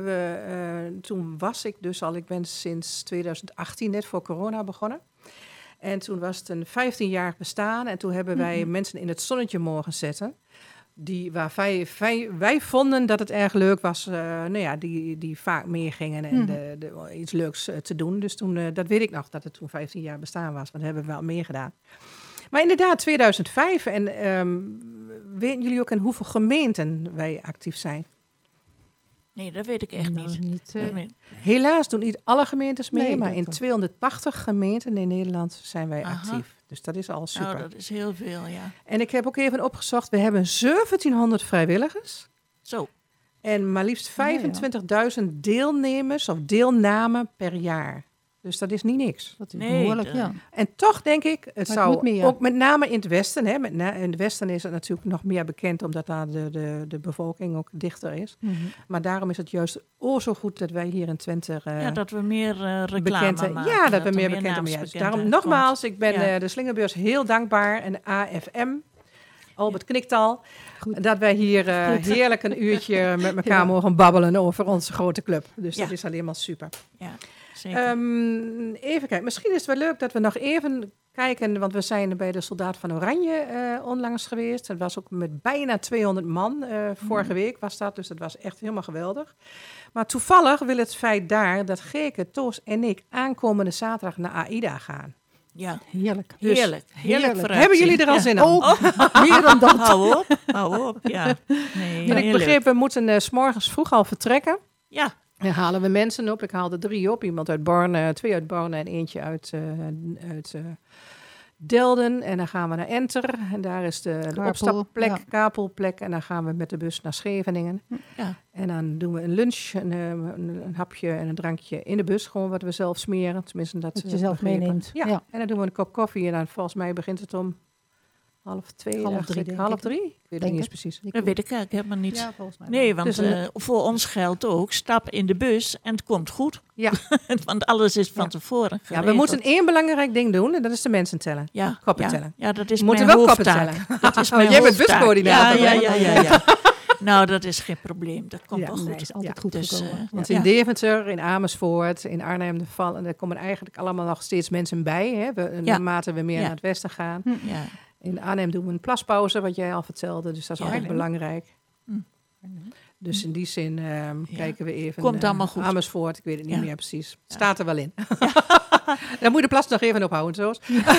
toen was ik dus al, ik ben sinds 2018 net voor corona begonnen. En toen was het een 15-jarig bestaan en toen hebben wij mensen in het zonnetje mogen zetten. Waar wij vonden dat het erg leuk was, die vaak meegingen en iets leuks te doen. Dus toen, dat weet ik nog, dat het toen 15 jaar bestaan was, want dat hebben we wel meer gedaan. Maar inderdaad, 2005. En weten jullie ook in hoeveel gemeenten wij actief zijn? Nee, dat weet ik echt niet. Nee. Helaas doen niet alle gemeentes mee, Nee, maar dat in klopt. 280 gemeenten in Nederland zijn wij Aha. actief. Dus dat is al super. Nou, dat is heel veel, ja. En ik heb ook even opgezocht, we hebben 1700 vrijwilligers. Zo. En maar liefst 25.000 deelnemers of deelnamen per jaar. Dus dat is niet niks. Dat is Nee, behoorlijk, de- ja. En toch denk ik, het het zou moet meer. ook met name in het westen, hè, in het westen is het natuurlijk nog meer bekend, omdat daar de bevolking ook dichter is. Maar daarom is het juist zo goed dat wij hier in Twente Dat we meer reclame bekend maken. Ja, dat we er meer bekend zijn. naamsbekendheid Daarom komt. nogmaals, ik ben Ja. de Slingerbeurs heel dankbaar en AFM. Albert knikt al. Goed. Dat wij hier heerlijk een uurtje met elkaar mogen babbelen over onze grote club. Dus Ja. dat is alleen maar super. Ja, zeker. Even kijken. Misschien is het wel leuk dat we nog even kijken. Want we zijn bij de Soldaat van Oranje onlangs geweest. Dat was ook met bijna 200 man. Vorige week was dat. Dus dat was echt helemaal geweldig. Maar toevallig wil het feit daar dat Geke, Toos en ik aankomende zaterdag naar AIDA gaan. ja, Heerlijk. Dus heerlijk. heerlijk. vooruitzicht. Hebben jullie er al zin in? Oh, meer dan dat. Hou op, ja. Nee, En ik heel begreep, leuk. we moeten 's morgens vroeg al vertrekken. Ja, Dan halen we mensen op. Ik haalde 3 op. Iemand uit Borne, 2 uit Borne en eentje uit Delden. En dan gaan we naar Enter. En daar is de Kapel, opstapplek, ja. Kapelplek. En dan gaan we met de bus naar Scheveningen. ja. En dan doen we een lunch, een hapje en een drankje in de bus. Gewoon wat we zelf smeren. Tenminste, dat Wat je zelf begrepen. meeneemt. Ja. Ja. En dan doen we een kop koffie. En dan volgens mij begint het om 1:30. 2:30, denk ik. 2:30? Ik weet het Denk niet eens het. precies. Dat weet ik eigenlijk helemaal niet. Ja, volgens mij. Nee, want Dus een- voor ons geldt ook, stap in de bus en het komt goed. Ja. Want alles is van Ja. tevoren Ja, geregeld. we moeten 1 belangrijk ding doen. En dat is de mensen tellen. Ja, koppen ja. tellen. Ja, dat is We moeten mijn wel koppen hoofdtaak. tellen. Dat is Oh, mijn jij bent hoofdtaak. buscoördinator. Ja. Nou, dat is geen probleem. Dat komt Ja, wel Nee, goed. is altijd Ja, goed dus, gekomen. Want Ja. in Deventer, in Amersfoort, in Arnhem, de Val, en daar komen eigenlijk allemaal nog steeds mensen bij. Hè? Naarmate we meer Ja. naar het westen gaan. Ja. In Arnhem doen we een plaspauze, wat jij al vertelde. Dus dat is Ja. ook echt belangrijk. Hm. Dus in die zin kijken we even. Komt allemaal goed. Amersfoort, ik weet het niet Ja. meer precies. Staat er wel in. Dan moet je de plas nog even ophouden, zoals.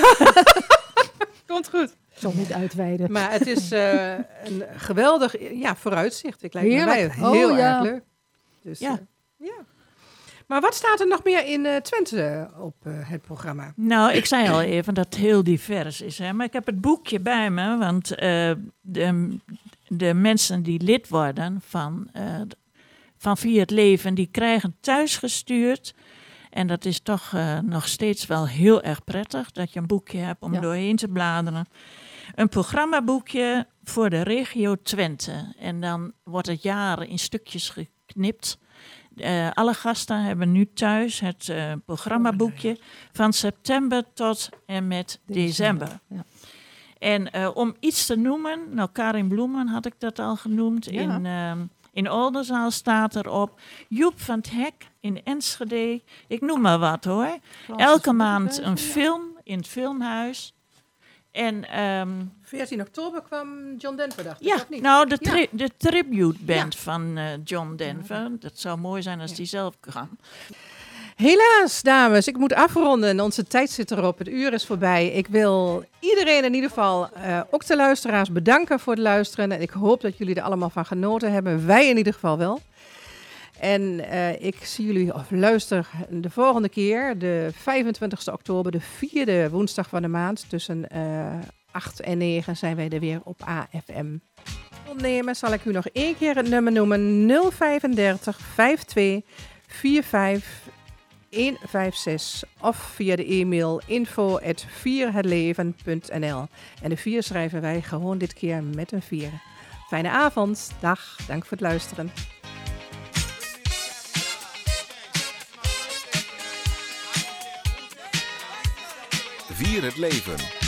Komt goed. Ik zal niet uitweiden. Maar het is een geweldig vooruitzicht. Ik lijkt me Heerlijk. mij heel Oh, ja. erg leuk. Dus, Ja. ja. Maar wat staat er nog meer in Twente op het programma? Nou, ik zei al even dat het heel divers is. Hè? Maar ik heb het boekje bij me, want de mensen die lid worden van Vier het Leven, die krijgen thuis gestuurd. En dat is toch nog steeds wel heel erg prettig, dat je een boekje hebt om Ja. doorheen te bladeren. Een programmaboekje voor de regio Twente. En dan wordt het jaar in stukjes geknipt. Alle gasten hebben nu thuis het programmaboekje van september tot en met december. Ja. En om iets te noemen, nou Karin Bloemen had ik dat al genoemd, Ja. in Oldenzaal staat erop. Joep van het Hek in Enschede, ik noem maar wat hoor. Elke maand een film in het filmhuis. En 14 oktober kwam John Denver, dacht ik, ja, of niet? nou de, Ja. de tribute band van John Denver. Dat zou mooi zijn als die zelf kan. Helaas, dames, ik moet afronden. Onze tijd zit erop. Het uur is voorbij. Ik wil iedereen in ieder geval, ook de luisteraars, bedanken voor het luisteren. En ik hoop dat jullie er allemaal van genoten hebben. Wij in ieder geval wel. En ik zie jullie of luister de volgende keer, de 25 oktober, de 4e woensdag van de maand. Tussen 8 en 9 zijn wij er weer op AFM. Opnemen zal ik u nog 1 keer het nummer noemen. 035 52 45 156 of via de e-mail info@vierhetleven.nl. En de 4 schrijven wij gewoon dit keer met een 4. Fijne avond. Dag. Dank voor het luisteren. Vier het leven.